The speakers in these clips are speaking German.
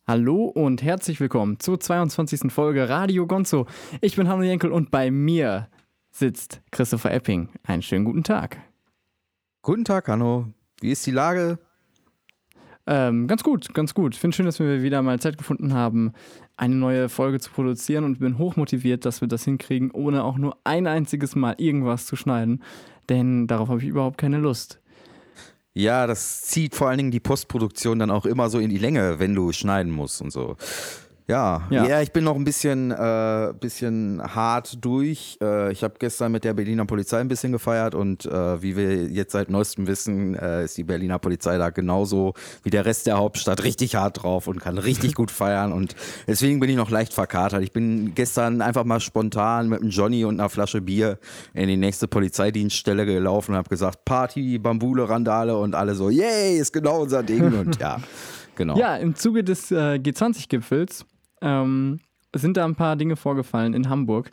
Hallo und herzlich willkommen zur 22. Folge Radio Gonzo. Ich bin Hanno Jenkel und bei mir sitzt Christopher Epping. Einen schönen guten Tag. Guten Tag, Hanno. Wie ist die Lage? Ganz gut, ganz gut. Ich finde schön, dass wir wieder mal Zeit gefunden haben, eine neue Folge zu produzieren und bin hochmotiviert, dass wir das hinkriegen, ohne auch nur ein einziges Mal irgendwas zu schneiden, denn darauf habe ich überhaupt keine Lust. Ja, das zieht vor allen Dingen die Postproduktion dann auch immer so in die Länge, wenn du schneiden musst und so. Ja, ich bin noch ein bisschen hart durch. Ich habe gestern mit der Berliner Polizei ein bisschen gefeiert und wie wir jetzt seit neuestem wissen, ist die Berliner Polizei da genauso wie der Rest der Hauptstadt richtig hart drauf und kann richtig gut feiern und deswegen bin ich noch leicht verkatert. Ich bin gestern einfach mal spontan mit einem Johnny und einer Flasche Bier in die nächste Polizeidienststelle gelaufen und habe gesagt, Party, Bambule, Randale und alle so, yay, ist genau unser Ding und ja, genau. Ja, im Zuge des G20-Gipfels sind da ein paar Dinge vorgefallen in Hamburg,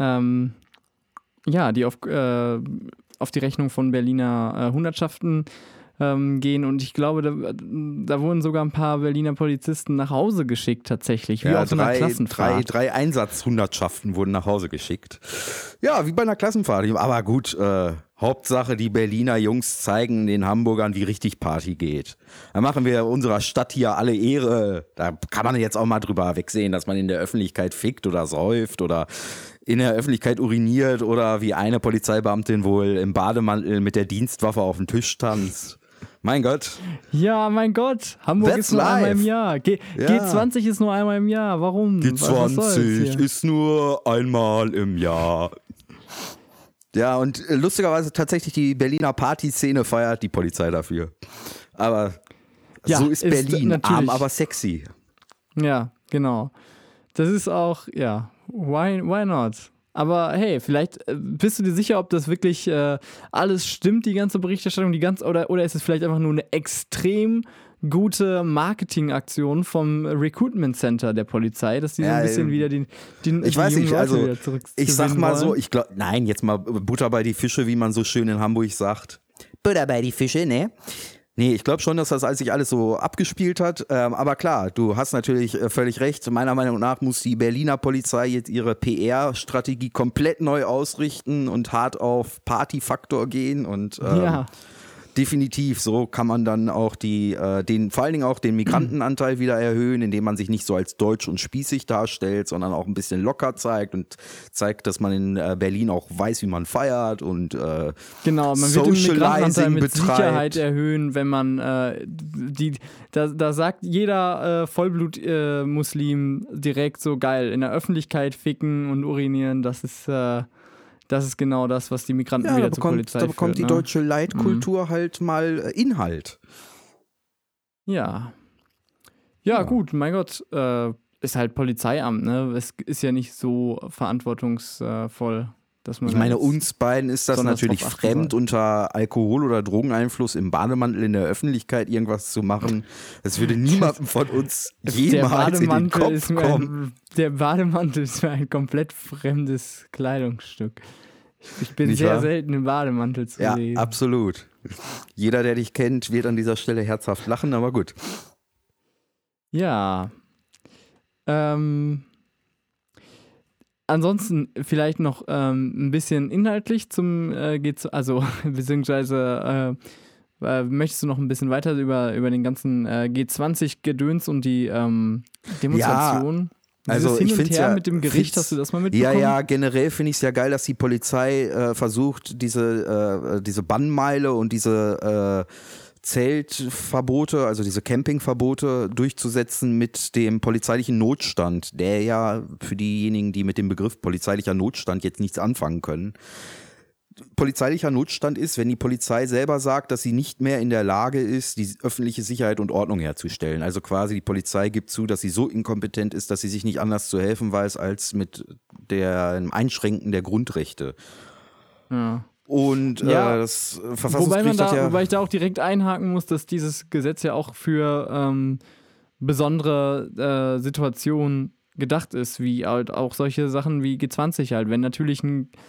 die auf die Rechnung von Berliner Hundertschaften gehen und ich glaube, da wurden sogar ein paar Berliner Polizisten nach Hause geschickt tatsächlich, wie auf einer Klassenfahrt. Drei Einsatzhundertschaften wurden nach Hause geschickt. Ja, wie bei einer Klassenfahrt. Aber gut, Hauptsache die Berliner Jungs zeigen den Hamburgern, wie richtig Party geht. Da machen wir unserer Stadt hier alle Ehre. Da kann man jetzt auch mal drüber wegsehen, dass man in der Öffentlichkeit fickt oder säuft oder in der Öffentlichkeit uriniert oder wie eine Polizeibeamtin wohl im Bademantel mit der Dienstwaffe auf dem Tisch tanzt. Mein Gott. Ja, mein Gott. Hamburg ist nur einmal im Jahr. G20 ist nur einmal im Jahr. Warum? G20 ist nur einmal im Jahr. Ja, und lustigerweise tatsächlich die Berliner Partyszene feiert die Polizei dafür. Aber ja, so ist Berlin, arm, aber sexy. Ja, genau. Das ist auch, ja, why not? Aber hey, vielleicht bist du dir sicher, ob das wirklich alles stimmt, die ganze Berichterstattung, oder ist es vielleicht einfach nur eine extrem gute Marketingaktion vom Recruitment Center der Polizei, dass die so ein bisschen wieder die ich weiß nicht, also ich sag mal wollen. So, nein, jetzt mal Butter bei die Fische, wie man so schön in Hamburg sagt. Butter bei die Fische, ne? Nee, ich glaube schon, dass das sich alles so abgespielt hat. Aber klar, du hast natürlich völlig recht. Meiner Meinung nach muss die Berliner Polizei jetzt ihre PR-Strategie komplett neu ausrichten und hart auf Partyfaktor gehen. Und definitiv, so kann man dann auch vor allen Dingen auch den Migrantenanteil wieder erhöhen, indem man sich nicht so als deutsch und spießig darstellt, sondern auch ein bisschen locker zeigt und zeigt, dass man in Berlin auch weiß, wie man feiert und genau, man wird den Migrantenanteil mit Sicherheit erhöhen, wenn man da sagt jeder Vollblut-Muslim direkt so geil, in der Öffentlichkeit ficken und urinieren, das ist genau das, was die Migranten wieder zur Polizei führt. Da bekommt die deutsche Leitkultur halt mal Inhalt. Ja. Ja, gut, mein Gott, ist halt Polizeiamt, ne? Es ist ja nicht so verantwortungsvoll, dass man. Ich meine, uns beiden ist das natürlich fremd, unter Alkohol- oder Drogeneinfluss im Bademantel in der Öffentlichkeit irgendwas zu machen. Das würde niemandem von uns jemals in den Kopf kommen. Der Bademantel ist mir ein komplett fremdes Kleidungsstück. Ich bin nicht sehr wahr? selten im Bademantel zu sehen. Ja, absolut. Jeder, der dich kennt, wird an dieser Stelle herzhaft lachen, aber gut. Ja. Ansonsten vielleicht noch ein bisschen inhaltlich beziehungsweise möchtest du noch ein bisschen weiter über den ganzen G20-Gedöns und die Demonstration? Also hin ich und finde her ja mit dem Gericht, hast du das mal mitbekommen? Ja, generell finde ich es ja geil, dass die Polizei versucht, diese Bannmeile und diese Zeltverbote, also diese Campingverbote durchzusetzen mit dem polizeilichen Notstand, der ja für diejenigen, die mit dem Begriff polizeilicher Notstand jetzt nichts anfangen können. Polizeilicher Notstand ist, wenn die Polizei selber sagt, dass sie nicht mehr in der Lage ist, die öffentliche Sicherheit und Ordnung herzustellen. Also quasi die Polizei gibt zu, dass sie so inkompetent ist, dass sie sich nicht anders zu helfen weiß als mit dem Einschränken der Grundrechte. Ja. Und das Verfassungsgericht wobei ich da auch direkt einhaken muss, dass dieses Gesetz ja auch für besondere Situationen gedacht ist, wie halt auch solche Sachen wie G20 halt. Wenn natürlich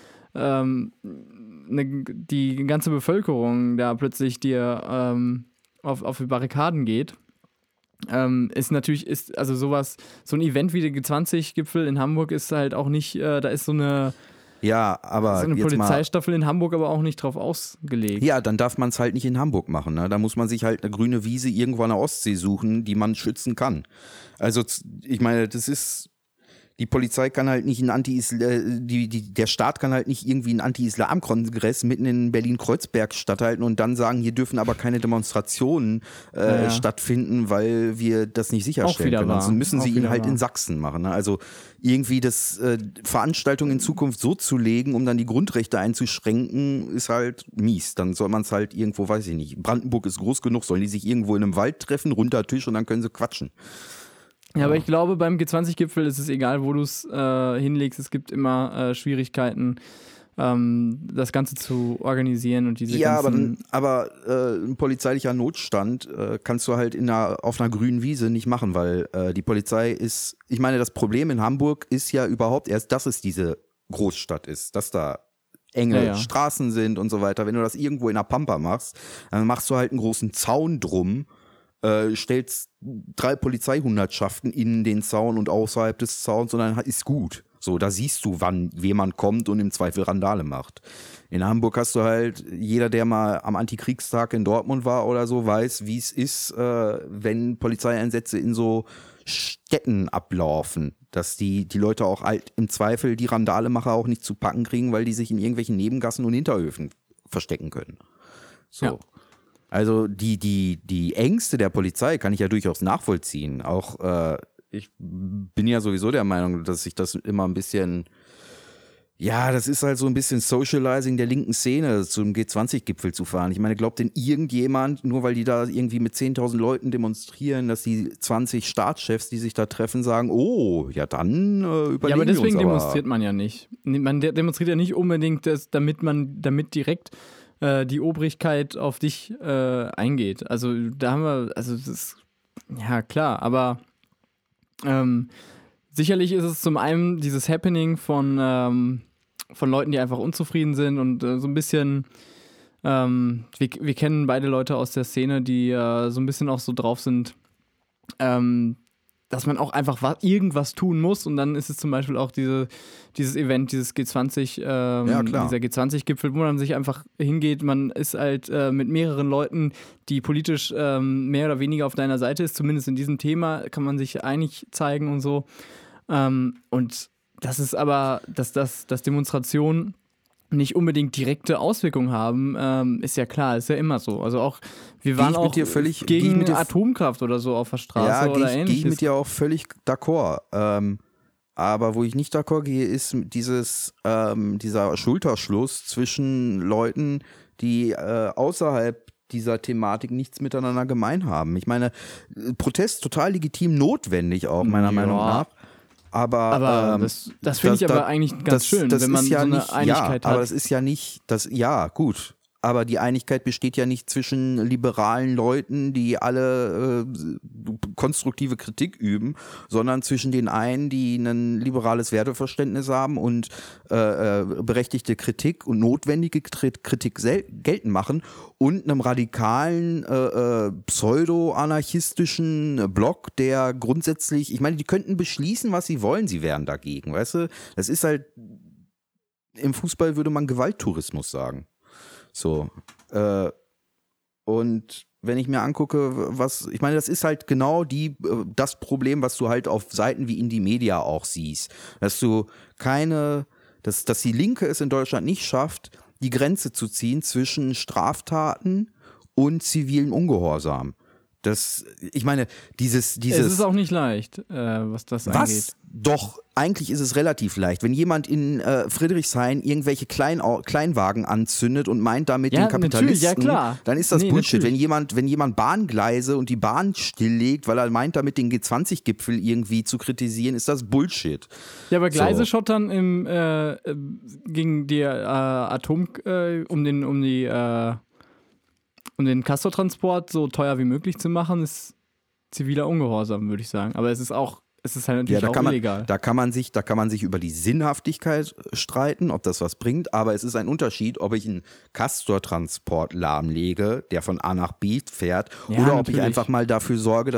die ganze Bevölkerung da plötzlich dir auf die Barrikaden geht, ist natürlich, also sowas, so ein Event wie der G20-Gipfel in Hamburg ist halt auch nicht, da ist so eine Polizeistaffel in Hamburg aber auch nicht drauf ausgelegt. Ja, dann darf man es halt nicht in Hamburg machen. Ne? Da muss man sich halt eine grüne Wiese irgendwo an der Ostsee suchen, die man schützen kann. Also ich meine, die Polizei kann halt nicht der Staat kann halt nicht irgendwie einen Anti-Islam-Kongress mitten in Berlin-Kreuzberg statthalten und dann sagen, hier dürfen aber keine Demonstrationen stattfinden, weil wir das nicht sicherstellen können. Also müssen sie ihn halt in Sachsen machen. Ne? Also irgendwie Veranstaltungen in Zukunft so zu legen, um dann die Grundrechte einzuschränken, ist halt mies. Dann soll man es halt irgendwo, weiß ich nicht, Brandenburg ist groß genug, sollen die sich irgendwo in einem Wald treffen, runter Tisch und dann können sie quatschen. Ja, aber ich glaube, beim G20-Gipfel ist es egal, wo du es hinlegst. Es gibt immer Schwierigkeiten, das Ganze zu organisieren und diese ganzen... aber ein polizeilicher Notstand kannst du halt auf einer grünen Wiese nicht machen, weil die Polizei ist... Ich meine, das Problem in Hamburg ist ja überhaupt erst, dass es diese Großstadt ist, dass da enge Straßen sind und so weiter. Wenn du das irgendwo in der Pampa machst, dann machst du halt einen großen Zaun drum, stellst 3 Polizeihundertschaften in den Zaun und außerhalb des Zauns und dann ist gut. So, da siehst du, wann jemand kommt und im Zweifel Randale macht. In Hamburg hast du halt, jeder, der mal am Antikriegstag in Dortmund war oder so, weiß, wie es ist, wenn Polizeieinsätze in so Städten ablaufen. Dass die Leute auch halt im Zweifel die Randalemacher auch nicht zu packen kriegen, weil die sich in irgendwelchen Nebengassen und Hinterhöfen verstecken können. So. Ja. Also die Ängste der Polizei kann ich ja durchaus nachvollziehen. Auch ich bin ja sowieso der Meinung, dass sich das immer ein bisschen, das ist halt so ein bisschen Socializing der linken Szene, zum G20-Gipfel zu fahren. Ich meine, glaubt denn irgendjemand, nur weil die da irgendwie mit 10.000 Leuten demonstrieren, dass die 20 Staatschefs, die sich da treffen, sagen, oh, ja dann überlegen wir uns. Ja, aber deswegen demonstriert man ja nicht. Man demonstriert ja nicht unbedingt, damit direkt die Obrigkeit auf dich eingeht. Also da haben wir, das ist, ja klar, aber sicherlich ist es zum einen dieses Happening von Leuten, die einfach unzufrieden sind und so ein bisschen, wir kennen beide Leute aus der Szene, die so ein bisschen auch so drauf sind, dass man auch einfach irgendwas tun muss und dann ist es zum Beispiel auch dieses Event, dieses G20, dieser G20-Gipfel, wo man sich einfach hingeht, man ist halt mit mehreren Leuten, die politisch mehr oder weniger auf deiner Seite ist, zumindest in diesem Thema kann man sich einig zeigen und so. Und das ist aber, dass Demonstrationen nicht unbedingt direkte Auswirkungen haben, ist ja klar, ist ja immer so. Also auch, wir waren auch gegen Atomkraft oder so auf der Straße oder ähnliches. Gehe ich mit dir auch völlig d'accord. Aber wo ich nicht d'accord gehe, ist dieser Schulterschluss zwischen Leuten, die außerhalb dieser Thematik nichts miteinander gemein haben. Ich meine, Protest total legitim, notwendig auch, meiner Meinung nach. Aber das finde ich aber eigentlich ganz schön, wenn man so eine Einigkeit hat. Aber das ist ja nicht, gut. Aber die Einigkeit besteht ja nicht zwischen liberalen Leuten, die alle konstruktive Kritik üben, sondern zwischen den einen, die ein liberales Werteverständnis haben und berechtigte Kritik und notwendige Kritik geltend machen und einem radikalen pseudo-anarchistischen Block, der grundsätzlich, ich meine, die könnten beschließen, was sie wollen, sie wären dagegen, weißt du? Das ist halt, im Fußball würde man Gewalttourismus sagen. So, und wenn ich mir angucke, ich meine, das ist halt genau das Problem, was du halt auf Seiten wie Indie Media auch siehst, dass die Linke es in Deutschland nicht schafft, die Grenze zu ziehen zwischen Straftaten und zivilem Ungehorsam. Ich meine, dieses... Es ist auch nicht leicht, was das angeht. Doch, eigentlich ist es relativ leicht. Wenn jemand in Friedrichshain irgendwelche Kleinwagen anzündet und meint damit den Kapitalisten, dann ist das Bullshit. Wenn jemand Bahngleise und die Bahn stilllegt, weil er meint damit den G20-Gipfel irgendwie zu kritisieren, ist das Bullshit. Ja, aber Gleise schottern gegen die um den Castortransport so teuer wie möglich zu machen, ist ziviler Ungehorsam, würde ich sagen. Aber es ist halt natürlich auch illegal. Da kann man sich über die Sinnhaftigkeit streiten, ob das was bringt, aber es ist ein Unterschied, ob ich einen Castortransport lahmlege, der von A nach B fährt, oder ob ich einfach mal dafür sorge, dass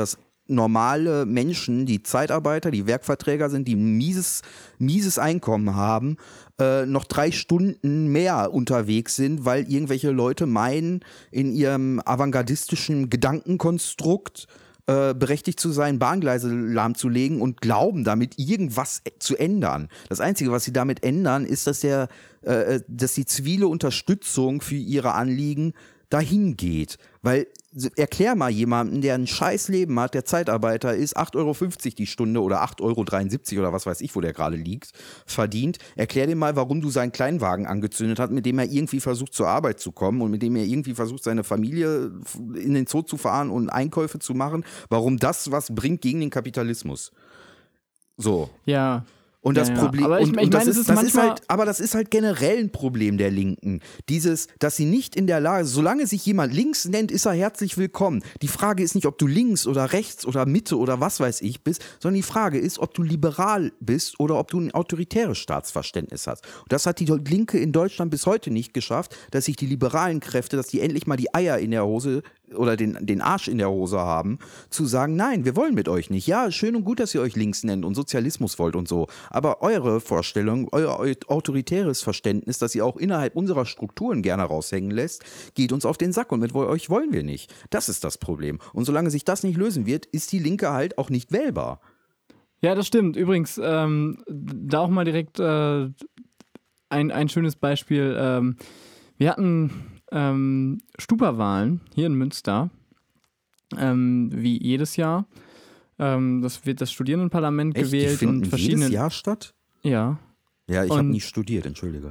normale Menschen, die Zeitarbeiter, die Werkverträger sind, die ein mieses Einkommen haben, noch 3 Stunden mehr unterwegs sind, weil irgendwelche Leute meinen, in ihrem avantgardistischen Gedankenkonstrukt berechtigt zu sein, Bahngleise lahmzulegen und glauben damit irgendwas zu ändern. Das Einzige, was sie damit ändern, ist, dass die zivile Unterstützung für ihre Anliegen dahin geht. Weil, erklär mal jemandem, der ein scheiß Leben hat, der Zeitarbeiter ist, 8,50 € die Stunde oder 8,73 € oder was weiß ich, wo der gerade liegt, verdient. Erklär dem mal, warum du seinen Kleinwagen angezündet hast, mit dem er irgendwie versucht zur Arbeit zu kommen und mit dem er irgendwie versucht, seine Familie in den Zoo zu fahren und Einkäufe zu machen. Warum das was bringt gegen den Kapitalismus. So. Ja. Und das Problem, aber das ist halt generell ein Problem der Linken. Dass sie nicht in der Lage, solange sich jemand links nennt, ist er herzlich willkommen. Die Frage ist nicht, ob du links oder rechts oder Mitte oder was weiß ich bist, sondern die Frage ist, ob du liberal bist oder ob du ein autoritäres Staatsverständnis hast. Und das hat die Linke in Deutschland bis heute nicht geschafft, dass sich die liberalen Kräfte, dass die endlich mal die Eier in der Hose oder den Arsch in der Hose haben, zu sagen, nein, wir wollen mit euch nicht. Ja, schön und gut, dass ihr euch links nennt und Sozialismus wollt und so. Aber eure Vorstellung, euer autoritäres Verständnis, das ihr auch innerhalb unserer Strukturen gerne raushängen lässt, geht uns auf den Sack und mit euch wollen wir nicht. Das ist das Problem. Und solange sich das nicht lösen wird, ist die Linke halt auch nicht wählbar. Ja, das stimmt. Übrigens, da auch mal direkt ein schönes Beispiel. Wir hatten Stupa-Wahlen hier in Münster, wie jedes Jahr. Das wird das Studierendenparlament Echt? gewählt. Die finden und verschiedene jedes Jahr statt? Ja. Ja, ich habe nie studiert, entschuldige.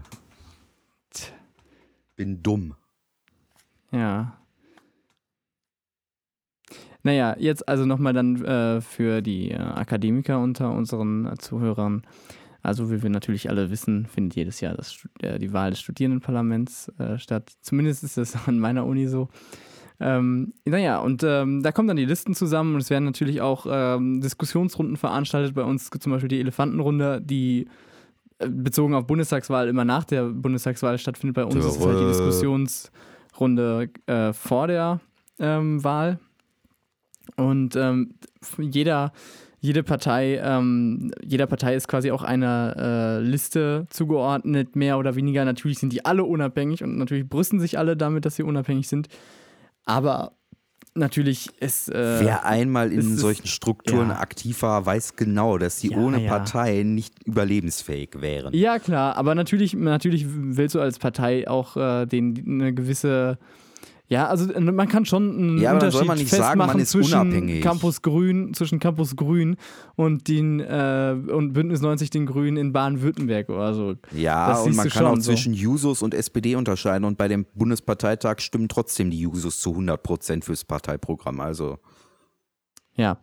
Bin dumm. Ja. Naja, jetzt also nochmal dann für die Akademiker unter unseren Zuhörern. Also wie wir natürlich alle wissen, findet jedes Jahr die Wahl des Studierendenparlaments statt. Zumindest ist das an meiner Uni so. Da kommen dann die Listen zusammen und es werden natürlich auch Diskussionsrunden veranstaltet. Bei uns zum Beispiel die Elefantenrunde, die bezogen auf Bundestagswahl immer nach der Bundestagswahl stattfindet. Bei uns ist es halt die Diskussionsrunde vor der Wahl. Und jeder Partei ist quasi auch einer Liste zugeordnet, mehr oder weniger. Natürlich sind die alle unabhängig und natürlich brüsten sich alle damit, dass sie unabhängig sind. Aber natürlich ist wer einmal in solchen Strukturen aktiv war, weiß genau, dass sie ohne Parteien nicht überlebensfähig wären. Ja, klar, aber natürlich willst du als Partei auch eine gewisse. Ja, also man kann schon einen Unterschied festmachen zwischen Campus Grün und Bündnis 90 den Grünen in Baden-Württemberg oder so. Ja, und man kann auch zwischen Jusos und SPD unterscheiden und bei dem Bundesparteitag stimmen trotzdem die Jusos zu 100% fürs Parteiprogramm, also. Ja,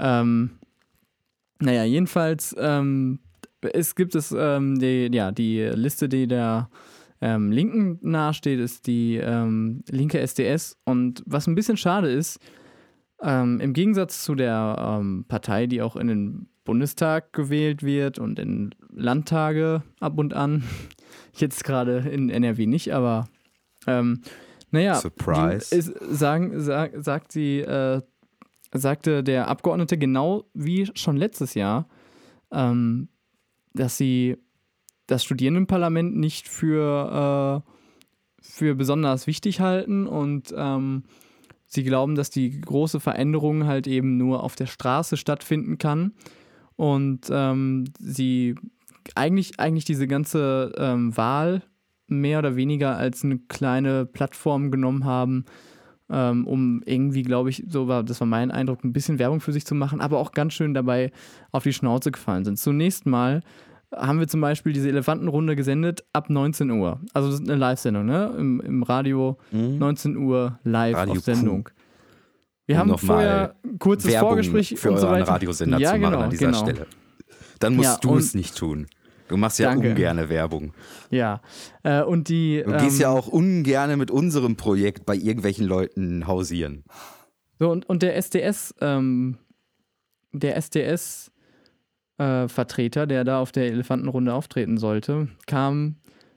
jedenfalls gibt es die Liste, die der Linken nahesteht, ist die linke SDS. Und was ein bisschen schade ist, im Gegensatz zu der Partei, die auch in den Bundestag gewählt wird und in Landtage ab und an, jetzt gerade in NRW nicht, aber Surprise. Sagte der Abgeordnete genau wie schon letztes Jahr, dass sie das Studierendenparlament nicht für besonders wichtig halten und sie glauben, dass die große Veränderung halt eben nur auf der Straße stattfinden kann und sie eigentlich diese ganze Wahl mehr oder weniger als eine kleine Plattform genommen haben, um irgendwie, glaube ich, das war mein Eindruck, ein bisschen Werbung für sich zu machen, aber auch ganz schön dabei auf die Schnauze gefallen sind. Zunächst mal haben wir zum Beispiel diese Elefantenrunde gesendet ab 19 Uhr. Also das ist eine Live-Sendung, ne? Im Radio 19 Uhr live Radio auf Sendung. Wir haben vorher ein kurzes Werbung Vorgespräch für und so weiter. Radiosender zu machen an dieser Stelle. Dann musst du es nicht tun. Du machst ja ungerne Werbung. Ja. Du gehst ja auch ungerne mit unserem Projekt bei irgendwelchen Leuten hausieren. So, und der SDS, Vertreter, der da auf der Elefantenrunde auftreten sollte, kam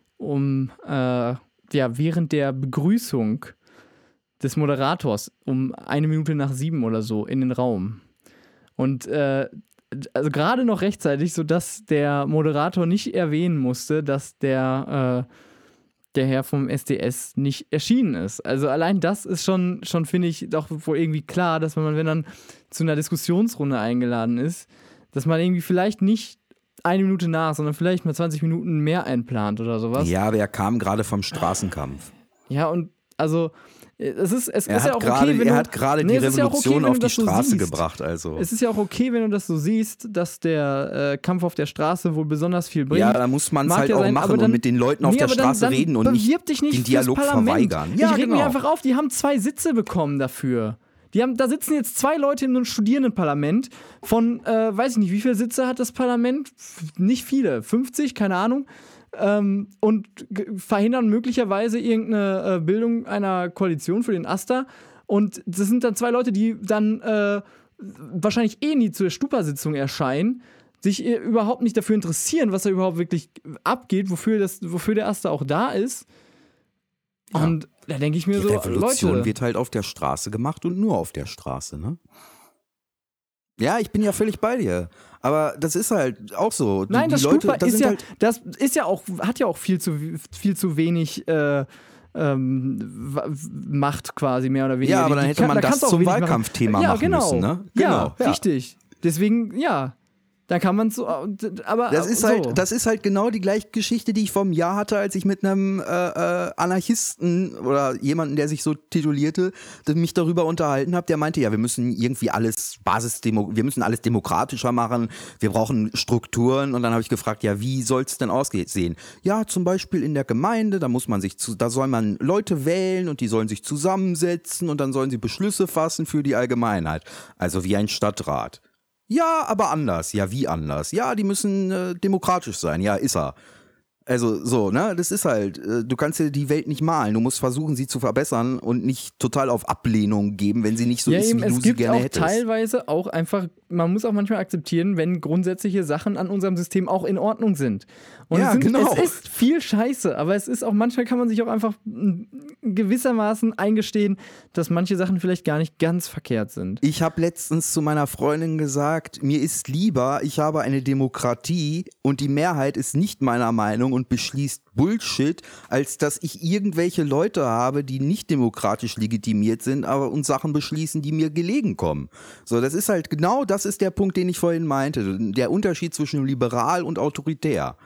während der Begrüßung des Moderators um 1 Minute nach 7 oder so in den Raum. Und also gerade noch rechtzeitig, sodass der Moderator nicht erwähnen musste, dass der Herr vom SDS nicht erschienen ist. Also allein das ist schon finde ich, doch wohl irgendwie klar, dass man, wenn dann zu einer Diskussionsrunde eingeladen ist, dass man irgendwie vielleicht nicht 1 Minute nach, sondern vielleicht mal 20 Minuten mehr einplant oder sowas. Ja, aber er kam gerade vom Straßenkampf. Ja, und also es ist ja auch grade, okay, wenn er hat gerade die Revolution auf die Straße so gebracht. Also. Es ist ja auch okay, wenn du das so siehst, dass der Kampf auf der Straße wohl besonders viel bringt. Ja, da muss man es halt auch machen und mit den Leuten auf der Straße reden und nicht den Dialog verweigern. Ja, ich reg mich einfach auf, die haben 2 Sitze bekommen dafür. Da sitzen jetzt 2 Leute in einem Studierendenparlament von, weiß ich nicht, wie viele Sitze hat das Parlament? Nicht viele, 50, keine Ahnung. Und verhindern möglicherweise irgendeine Bildung einer Koalition für den AStA. Und das sind dann 2 Leute, die dann wahrscheinlich nie zur Stupa-Sitzung erscheinen, sich überhaupt nicht dafür interessieren, was da überhaupt wirklich abgeht, wofür der AStA auch da ist. Ja. Und da denke ich mir so, Leute. Die Revolution wird halt auf der Straße gemacht und nur auf der Straße, ne? Ja, ich bin ja völlig bei dir. Aber das ist halt auch so. Nein, das Stupa ist ja, das ist ja auch, hat ja auch viel zu wenig Macht quasi, mehr oder weniger. Ja, aber dann hätte man das zum Wahlkampfthema machen müssen, ne? Genau, ja, richtig. Deswegen, ja. Da kann man so, aber das ist halt genau die gleiche Geschichte, die ich vor einem Jahr hatte, als ich mit einem Anarchisten oder jemanden, der sich so titulierte, mich darüber unterhalten habe. Der meinte, ja, wir müssen irgendwie alles wir müssen alles demokratischer machen, wir brauchen Strukturen. Und dann habe ich gefragt, ja, wie soll es denn aussehen? Ja, zum Beispiel in der Gemeinde, da soll man Leute wählen und die sollen sich zusammensetzen und dann sollen sie Beschlüsse fassen für die Allgemeinheit. Also wie ein Stadtrat. Ja, aber anders. Ja, wie anders? Ja, die müssen demokratisch sein. Ja, ist er. Also so, ne, das ist halt, du kannst dir die Welt nicht malen, du musst versuchen, sie zu verbessern und nicht total auf Ablehnung geben, wenn sie nicht so ist, wie du sie gerne hättest. Ja, es gibt auch teilweise auch einfach, man muss auch manchmal akzeptieren, wenn grundsätzliche Sachen an unserem System auch in Ordnung sind. Und ja, genau. Es ist viel Scheiße, aber es ist auch, manchmal kann man sich auch einfach gewissermaßen eingestehen, dass manche Sachen vielleicht gar nicht ganz verkehrt sind. Ich habe letztens zu meiner Freundin gesagt, mir ist lieber, ich habe eine Demokratie und die Mehrheit ist nicht meiner Meinung und beschließt Bullshit, als dass ich irgendwelche Leute habe, die nicht demokratisch legitimiert sind, aber und Sachen beschließen, die mir gelegen kommen. So, das ist halt genau, das ist der Punkt, den ich vorhin meinte. Der Unterschied zwischen liberal und autoritär.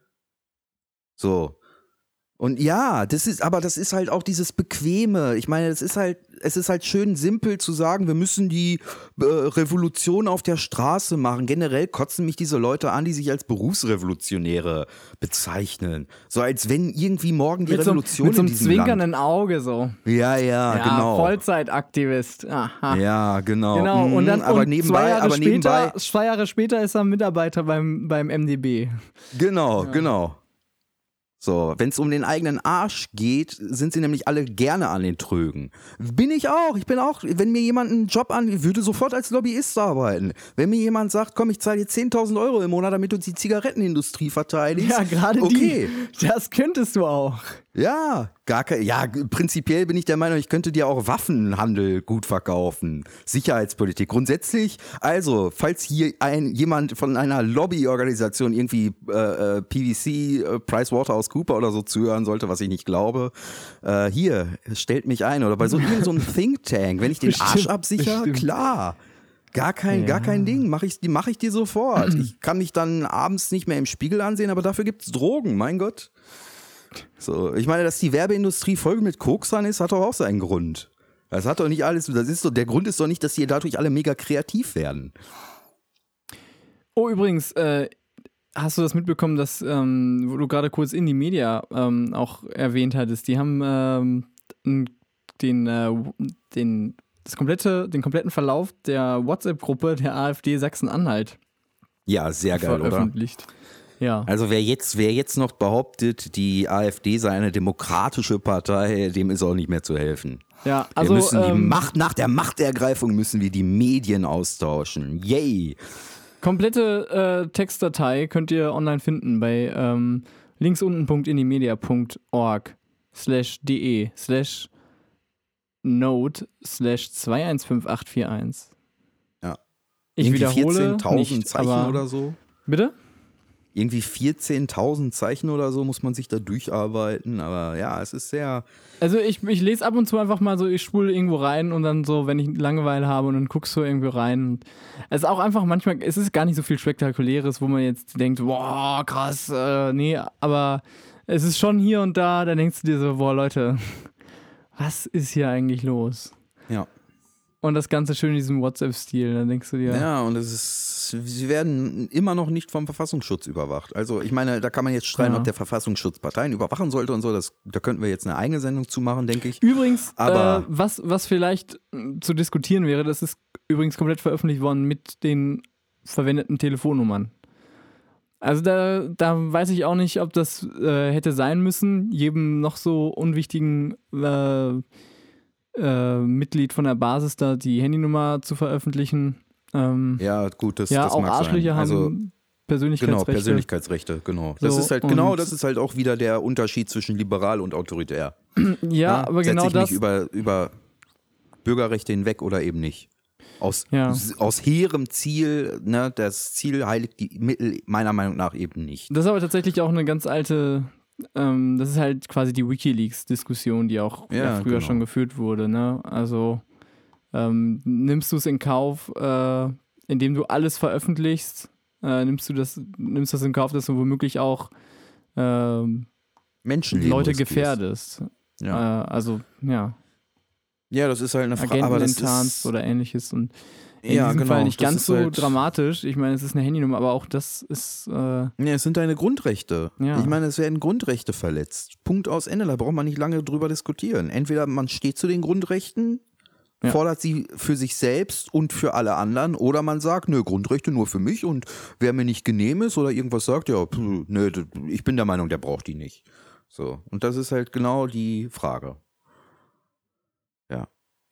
So. Und ja, das ist halt auch dieses Bequeme. Ich meine, es ist halt schön simpel zu sagen, wir müssen die Revolution auf der Straße machen. Generell kotzen mich diese Leute an, die sich als Berufsrevolutionäre bezeichnen. So als wenn irgendwie morgen die Revolution in diesem Land... Mit so einem zwinkernden Auge so. Ja, genau. Vollzeitaktivist. Aha. Ja, genau. Genau, und dann aber nebenbei, 2 Jahre später ist er Mitarbeiter beim MdB. Genau. So, wenn es um den eigenen Arsch geht, sind sie nämlich alle gerne an den Trögen. Bin ich auch. Ich bin auch, wenn mir jemand einen Job würde sofort als Lobbyist arbeiten. Wenn mir jemand sagt, komm, ich zahle dir 10.000 € im Monat, damit du die Zigarettenindustrie verteidigst. Ja, gerade okay. Das könntest du auch. Ja, prinzipiell bin ich der Meinung, ich könnte dir auch Waffenhandel gut verkaufen. Sicherheitspolitik. Grundsätzlich, also, falls hier jemand von einer Lobbyorganisation irgendwie PwC, PricewaterhouseCooper oder so zuhören sollte, was ich nicht glaube, hier, stellt mich ein. Oder bei so einem Think Tank, wenn ich den Arsch absichere, klar. Gar kein Ding, mach ich dir sofort. Ich kann mich dann abends nicht mehr im Spiegel ansehen, aber dafür gibt's Drogen, mein Gott. So, ich meine, dass die Werbeindustrie voll mit Koksern ist, hat doch auch seinen Grund. Das hat doch nicht alles, der Grund ist doch nicht, dass die dadurch alle mega kreativ werden. Oh, übrigens, hast du das mitbekommen, dass, wo du gerade kurz Indie Media auch erwähnt hattest, die haben den kompletten Verlauf der WhatsApp-Gruppe der AfD Sachsen-Anhalt sehr geil, veröffentlicht. Oder? Ja. Also wer jetzt noch behauptet, die AfD sei eine demokratische Partei, dem ist auch nicht mehr zu helfen. Ja, also nach der Machtergreifung müssen wir die Medien austauschen. Yay! Komplette Textdatei könnt ihr online finden bei linksunten.indimedia.org/de/node/215841. Ja. Ich wiederhole 14.000 Zeichen oder so. Bitte? Irgendwie 14.000 Zeichen oder so muss man sich da durcharbeiten. Aber ja, es ist sehr... Also ich lese ab und zu einfach mal so, ich spule irgendwo rein und dann so, wenn ich Langeweile habe und dann guckst du irgendwo rein. Es ist auch einfach manchmal, es ist gar nicht so viel Spektakuläres, wo man jetzt denkt, boah, krass, nee, aber es ist schon hier und da denkst du dir so, boah, Leute, was ist hier eigentlich los? Ja. Und das Ganze schön in diesem WhatsApp-Stil, dann denkst du dir... Ja, und sie werden immer noch nicht vom Verfassungsschutz überwacht. Also ich meine, da kann man jetzt streiten, ob der Verfassungsschutz Parteien überwachen sollte und so. Da könnten wir jetzt eine eigene Sendung zu machen, denke ich. Übrigens, was vielleicht zu diskutieren wäre, das ist übrigens komplett veröffentlicht worden mit den verwendeten Telefonnummern. Also da weiß ich auch nicht, ob das hätte sein müssen, jedem noch so unwichtigen Mitglied von der Basis da die Handynummer zu veröffentlichen. Ja, gut, das auch mag Arschlöcher sein. Also, haben Persönlichkeitsrechte. Genau, Persönlichkeitsrechte, genau. Das So, ist halt das ist halt auch wieder der Unterschied zwischen liberal und autoritär. Ja, aber genau das. Setz dich nicht über Bürgerrechte hinweg oder eben nicht. Aus hehrem Ziel, ne, das Ziel heiligt die Mittel meiner Meinung nach eben nicht. Das ist aber tatsächlich auch eine ganz alte, das ist halt quasi die WikiLeaks-Diskussion, die auch früher schon geführt wurde, ne? Also nimmst du es in Kauf, indem du alles veröffentlichst, nimmst du das in Kauf, dass du womöglich auch Menschenleben Leute riskierst. gefährdest. Ja. Ja, das ist halt eine Frage. Agenten enttarnst oder ähnliches und in Ja, diesem genau, Fall nicht das ganz ist so halt- dramatisch. Ich meine, es ist eine Handynummer, aber auch das ist Ja, es sind deine Grundrechte. Ja. Ich meine, es werden Grundrechte verletzt. Punkt aus Ende, da braucht man nicht lange drüber diskutieren. Entweder man steht zu den Grundrechten, fordert sie für sich selbst und für alle anderen, oder man sagt, nö, Grundrechte nur für mich und wer mir nicht genehm ist oder irgendwas sagt, ja, nö, ich bin der Meinung, der braucht die nicht. So, und das ist halt genau die Frage. Ja.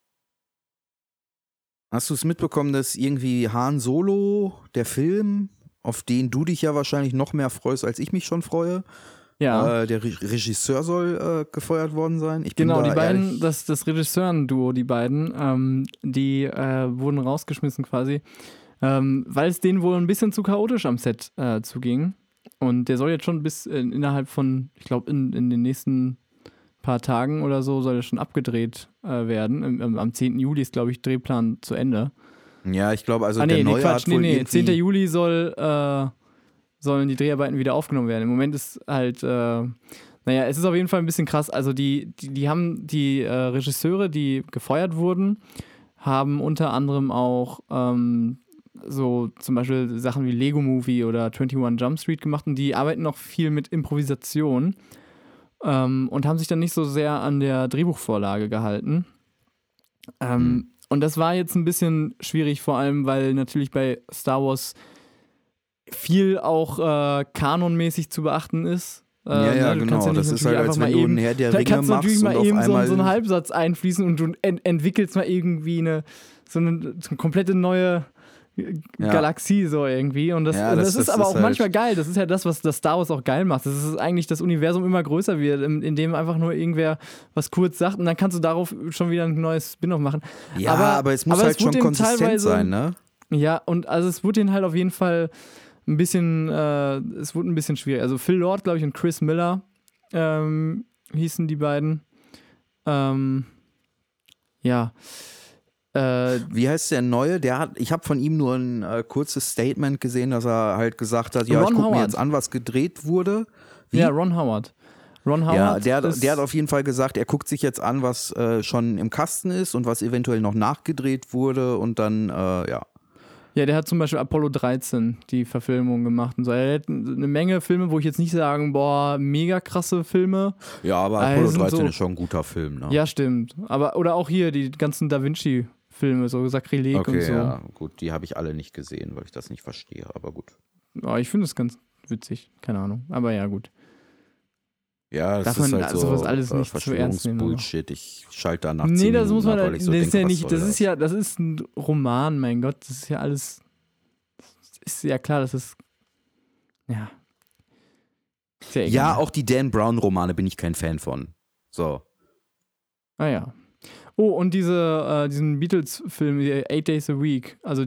Hast du es mitbekommen, dass irgendwie Han Solo, der Film, auf den du dich ja wahrscheinlich noch mehr freust, als ich mich schon freue, ja. der Regisseur soll gefeuert worden sein? Ich bin Genau, da die beiden, ehrlich- das Regisseuren-Duo, die beiden, die wurden rausgeschmissen quasi, weil es denen wohl ein bisschen zu chaotisch am Set zuging. Und der soll jetzt schon bis innerhalb von, ich glaube, in den nächsten paar Tagen oder so soll er schon abgedreht werden. Am 10. Juli ist, glaube ich, Drehplan zu Ende. Ja, ich glaube, also der neue hat wohl irgendwie... 10. Juli sollen die Dreharbeiten wieder aufgenommen werden. Im Moment ist halt, es ist auf jeden Fall ein bisschen krass. Also die haben die Regisseure, die gefeuert wurden, haben unter anderem auch so zum Beispiel Sachen wie Lego Movie oder 21 Jump Street gemacht und die arbeiten noch viel mit Improvisation und haben sich dann nicht so sehr an der Drehbuchvorlage gehalten. Und das war jetzt ein bisschen schwierig, vor allem, weil natürlich bei Star Wars viel auch kanonmäßig zu beachten ist. Genau. Das ist halt, als wenn du einen Herr der Ringe machst natürlich mal und eben auf einmal... so einen Halbsatz einfließen und du entwickelst mal irgendwie so eine komplette neue Galaxie so irgendwie. Und das ist aber auch halt manchmal geil. Das ist ja das, was das Star Wars auch geil macht. Das ist eigentlich, das Universum immer größer wird, indem einfach nur irgendwer was kurz sagt und dann kannst du darauf schon wieder ein neues Spin-off machen. Ja, aber es muss halt schon konsistent sein, ne? Ja, und also es wurde ihnen halt auf jeden Fall ein bisschen, es wurde ein bisschen schwierig. Also Phil Lord, glaube ich, und Chris Miller hießen die beiden. Wie heißt der Neue? Ich habe von ihm nur ein kurzes Statement gesehen, dass er halt gesagt hat, ja, Ron ich gucke mir Howard. jetzt an, was gedreht wurde. Wie? Ja, Ron Howard. Ja, der hat auf jeden Fall gesagt, er guckt sich jetzt an, was schon im Kasten ist und was eventuell noch nachgedreht wurde und dann, Ja, der hat zum Beispiel Apollo 13 die Verfilmung gemacht und so. Er hat eine Menge Filme, wo ich jetzt nicht sagen, boah, mega krasse Filme. Ja, aber Apollo 13 ist schon ein guter Film, ne? Ja, stimmt. Oder auch hier die ganzen Da Vinci-Filme, so Sakrileg und so. Okay, ja, gut, die habe ich alle nicht gesehen, weil ich das nicht verstehe, aber gut. Oh, ich finde es ganz witzig, keine Ahnung. Aber ja, gut. Ja, das Darf ist man halt so sowas alles nicht zu ernst nehmen, Bullshit. Ich schalte da nach 10 Nee, das Minuten muss man, ab, weil ich so das denke, ist ja was nicht, soll das ist ein Roman, mein Gott, das ist ja alles, ist ja klar, das ist, ja. Ist ja egal. Ja, auch die Dan Brown-Romane bin ich kein Fan von. So. Ah ja. Oh, und diesen Beatles-Film, 8 Days a Week, also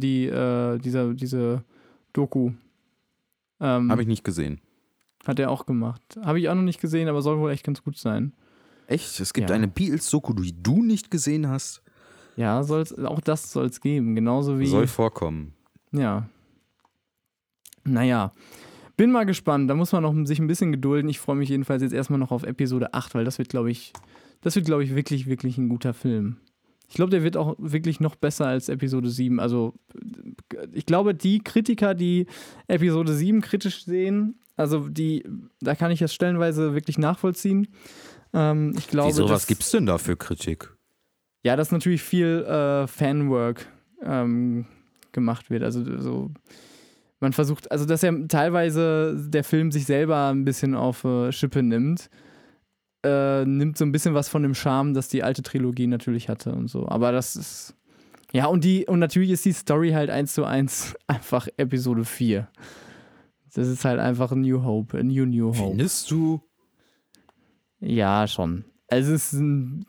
diese Doku. Habe ich nicht gesehen. Hat er auch gemacht. Habe ich auch noch nicht gesehen, aber soll wohl echt ganz gut sein. Echt? Es gibt eine Beatles-Doku, die du nicht gesehen hast? Ja, auch das soll es geben. Genauso wie. Soll vorkommen. Ja. Naja. Bin mal gespannt. Da muss man noch sich ein bisschen gedulden. Ich freue mich jedenfalls jetzt erstmal noch auf Episode 8, weil das wird, glaube ich, wirklich, wirklich ein guter Film. Ich glaube, der wird auch wirklich noch besser als Episode 7. Also, ich glaube, die Kritiker, die Episode 7 kritisch sehen, also da kann ich das stellenweise wirklich nachvollziehen. Ich glaube, wieso, was gibt's denn da für Kritik? Ja, dass natürlich viel Fanwork gemacht wird. Also so, man versucht, also dass ja teilweise der Film sich selber ein bisschen auf Schippe nimmt. Nimmt so ein bisschen was von dem Charme, das die alte Trilogie natürlich hatte und so. Aber das ist. Ja, und natürlich ist die Story halt 1:1 einfach Episode 4. Das ist halt einfach ein New Hope. Findest du? Ja, schon. Es ist ein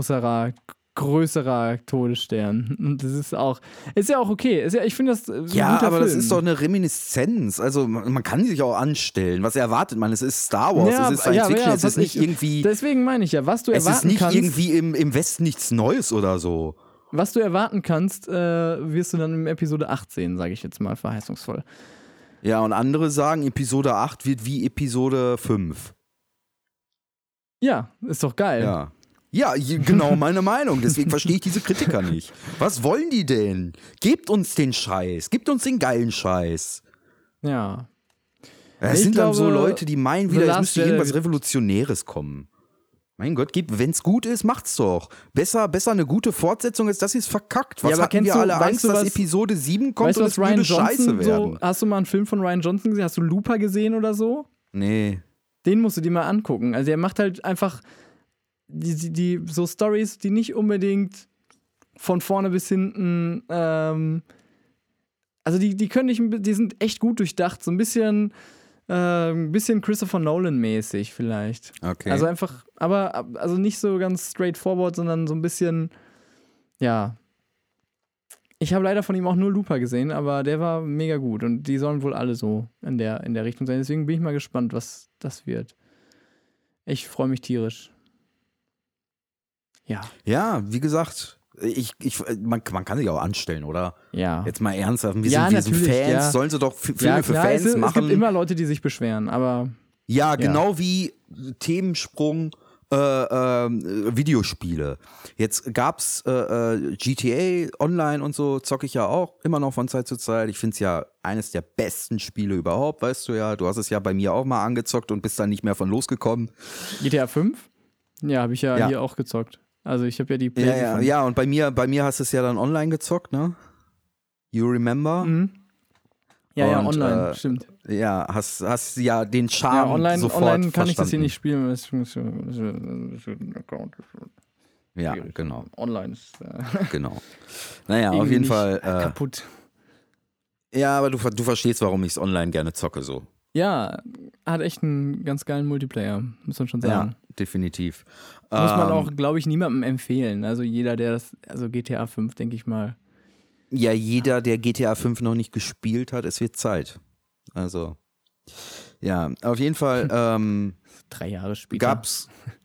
größerer Todesstern. Und das ist ja auch okay. Ich finde das ein ja, guter aber Film. Das ist doch eine Reminiszenz. Also man kann sich auch anstellen. Was erwartet man? Es ist Star Wars, es ist Science Fiction, es ist nicht irgendwie. Deswegen meine ich ja, was du erwarten kannst. Es ist nicht irgendwie im Westen nichts Neues oder so. Was du erwarten kannst, wirst du dann in Episode 8 sehen, sage ich jetzt mal verheißungsvoll. Ja, und andere sagen, Episode 8 wird wie Episode 5. Ja, ist doch geil. Ja, genau meine Meinung. Deswegen verstehe ich diese Kritiker nicht. Was wollen die denn? Gebt uns den Scheiß. Gebt uns den geilen Scheiß. Ja. Es sind dann so Leute, die meinen wieder, es müsste irgendwas Revolutionäres kommen. Mein Gott, wenn es gut ist, macht's doch. Besser eine gute Fortsetzung, als dass ihr es verkackt. Was hatten wir alle Angst, dass Episode 7 kommt und es würde scheiße werden? Hast du mal einen Film von Rian Johnson gesehen? Hast du Looper gesehen oder so? Nee. Den musst du dir mal angucken. Also er macht halt einfach die so Storys, die nicht unbedingt von vorne bis hinten also die können nicht, die sind echt gut durchdacht, so ein bisschen Christopher Nolan-mäßig vielleicht. Okay. Also einfach, aber also nicht so ganz straightforward, sondern so ein bisschen, ja. Ich habe leider von ihm auch nur Looper gesehen, aber der war mega gut und die sollen wohl alle so in der Richtung sein. Deswegen bin ich mal gespannt, was das wird. Ich freue mich tierisch. Ja. Ja, wie gesagt, man kann sich auch anstellen, oder? Ja. Jetzt mal ernsthaft, wir sind Fans, sollen sie doch Filme für Fans machen. Es gibt immer Leute, die sich beschweren, aber. Ja, genau wie Themensprung Videospiele. Jetzt gab's GTA Online und so, zocke ich ja auch immer noch von Zeit zu Zeit. Ich finde es ja eines der besten Spiele überhaupt, weißt du ja. Du hast es ja bei mir auch mal angezockt und bist dann nicht mehr von losgekommen. GTA 5? Ja, habe ich ja hier auch gezockt. Also ich habe ja die PlayStation. Ja, und bei mir hast du es ja dann online gezockt, ne? You remember? Mhm. Ja, online, stimmt. Ja, hast ja den Charme online, sofort online kann verstanden. ich das hier nicht spielen. Ja, genau. Online ist genau. Naja, auf jeden Fall kaputt. Ja, aber du verstehst, warum ich es online gerne zocke so. Ja, hat echt einen ganz geilen Multiplayer, muss man schon sagen. Ja, definitiv. Muss man auch, glaube ich, niemandem empfehlen. Also jeder, also GTA 5, denke ich mal. Ja, jeder, der GTA 5 noch nicht gespielt hat, es wird Zeit. Also, ja, auf jeden Fall 3 Jahre später. Gab's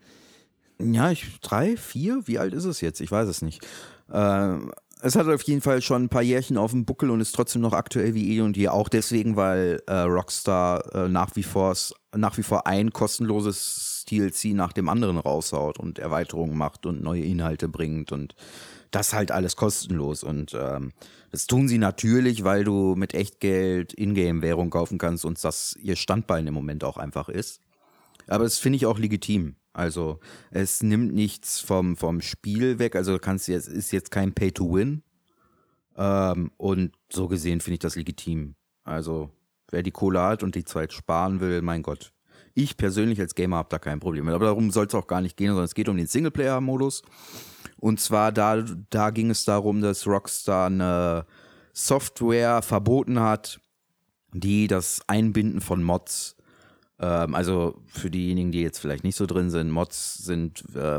3, 4? Wie alt ist es jetzt? Ich weiß es nicht. Es hat auf jeden Fall schon ein paar Jährchen auf dem Buckel und ist trotzdem noch aktuell wie eh und je. Auch deswegen, weil Rockstar nach wie vor ein kostenloses DLC nach dem anderen raushaut und Erweiterungen macht und neue Inhalte bringt und das halt alles kostenlos. Und das tun sie natürlich, weil du mit Echtgeld Ingame-Währung kaufen kannst und das ihr Standbein im Moment auch einfach ist. Aber das finde ich auch legitim. Also es nimmt nichts vom Spiel weg. Also es ist jetzt kein Pay-to-Win. Und so gesehen finde ich das legitim. Also wer die Kohle hat und die Zeit sparen will, mein Gott. Ich persönlich als Gamer habe da kein Problem mit. Aber darum soll es auch gar nicht gehen, sondern es geht um den Singleplayer-Modus. Und zwar da ging es darum, dass Rockstar eine Software verboten hat, die das Einbinden von Mods, also für diejenigen, die jetzt vielleicht nicht so drin sind, Mods sind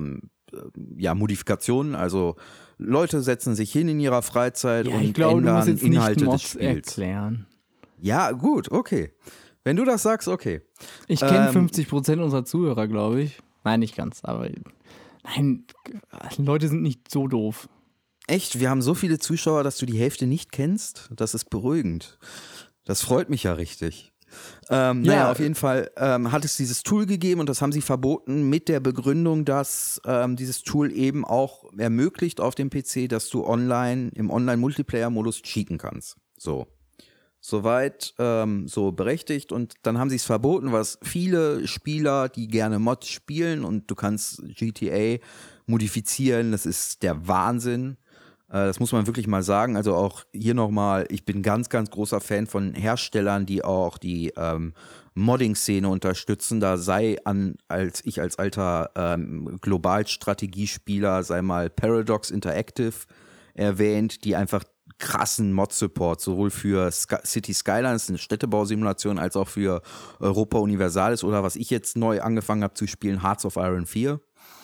Modifikationen, also Leute setzen sich hin in ihrer Freizeit und ich glaube, ändern du musst jetzt Inhalte nicht des Mods Spiels. erklären. Ja, gut, okay. Wenn du das sagst, okay. Ich kenne 50% unserer Zuhörer, glaube ich. Nein, nicht ganz, aber nein, Leute sind nicht so doof. Echt? Wir haben so viele Zuschauer, dass du die Hälfte nicht kennst? Das ist beruhigend. Das freut mich ja richtig. Naja, auf jeden Fall hat es dieses Tool gegeben und das haben sie verboten mit der Begründung, dass dieses Tool eben auch ermöglicht auf dem PC, dass du im Online-Multiplayer-Modus cheaten kannst. So. Soweit so berechtigt und dann haben sie es verboten, was viele Spieler, die gerne Mods spielen und du kannst GTA modifizieren, das ist der Wahnsinn. Das muss man wirklich mal sagen. Also auch hier nochmal, ich bin ganz, ganz großer Fan von Herstellern, die auch die Modding-Szene unterstützen. Da als alter Globalstrategiespieler, sei mal Paradox Interactive erwähnt, die einfach krassen Mod-Support, sowohl für City Skylines, eine Städtebausimulation, als auch für Europa Universalis oder was ich jetzt neu angefangen habe zu spielen, Hearts of Iron 4.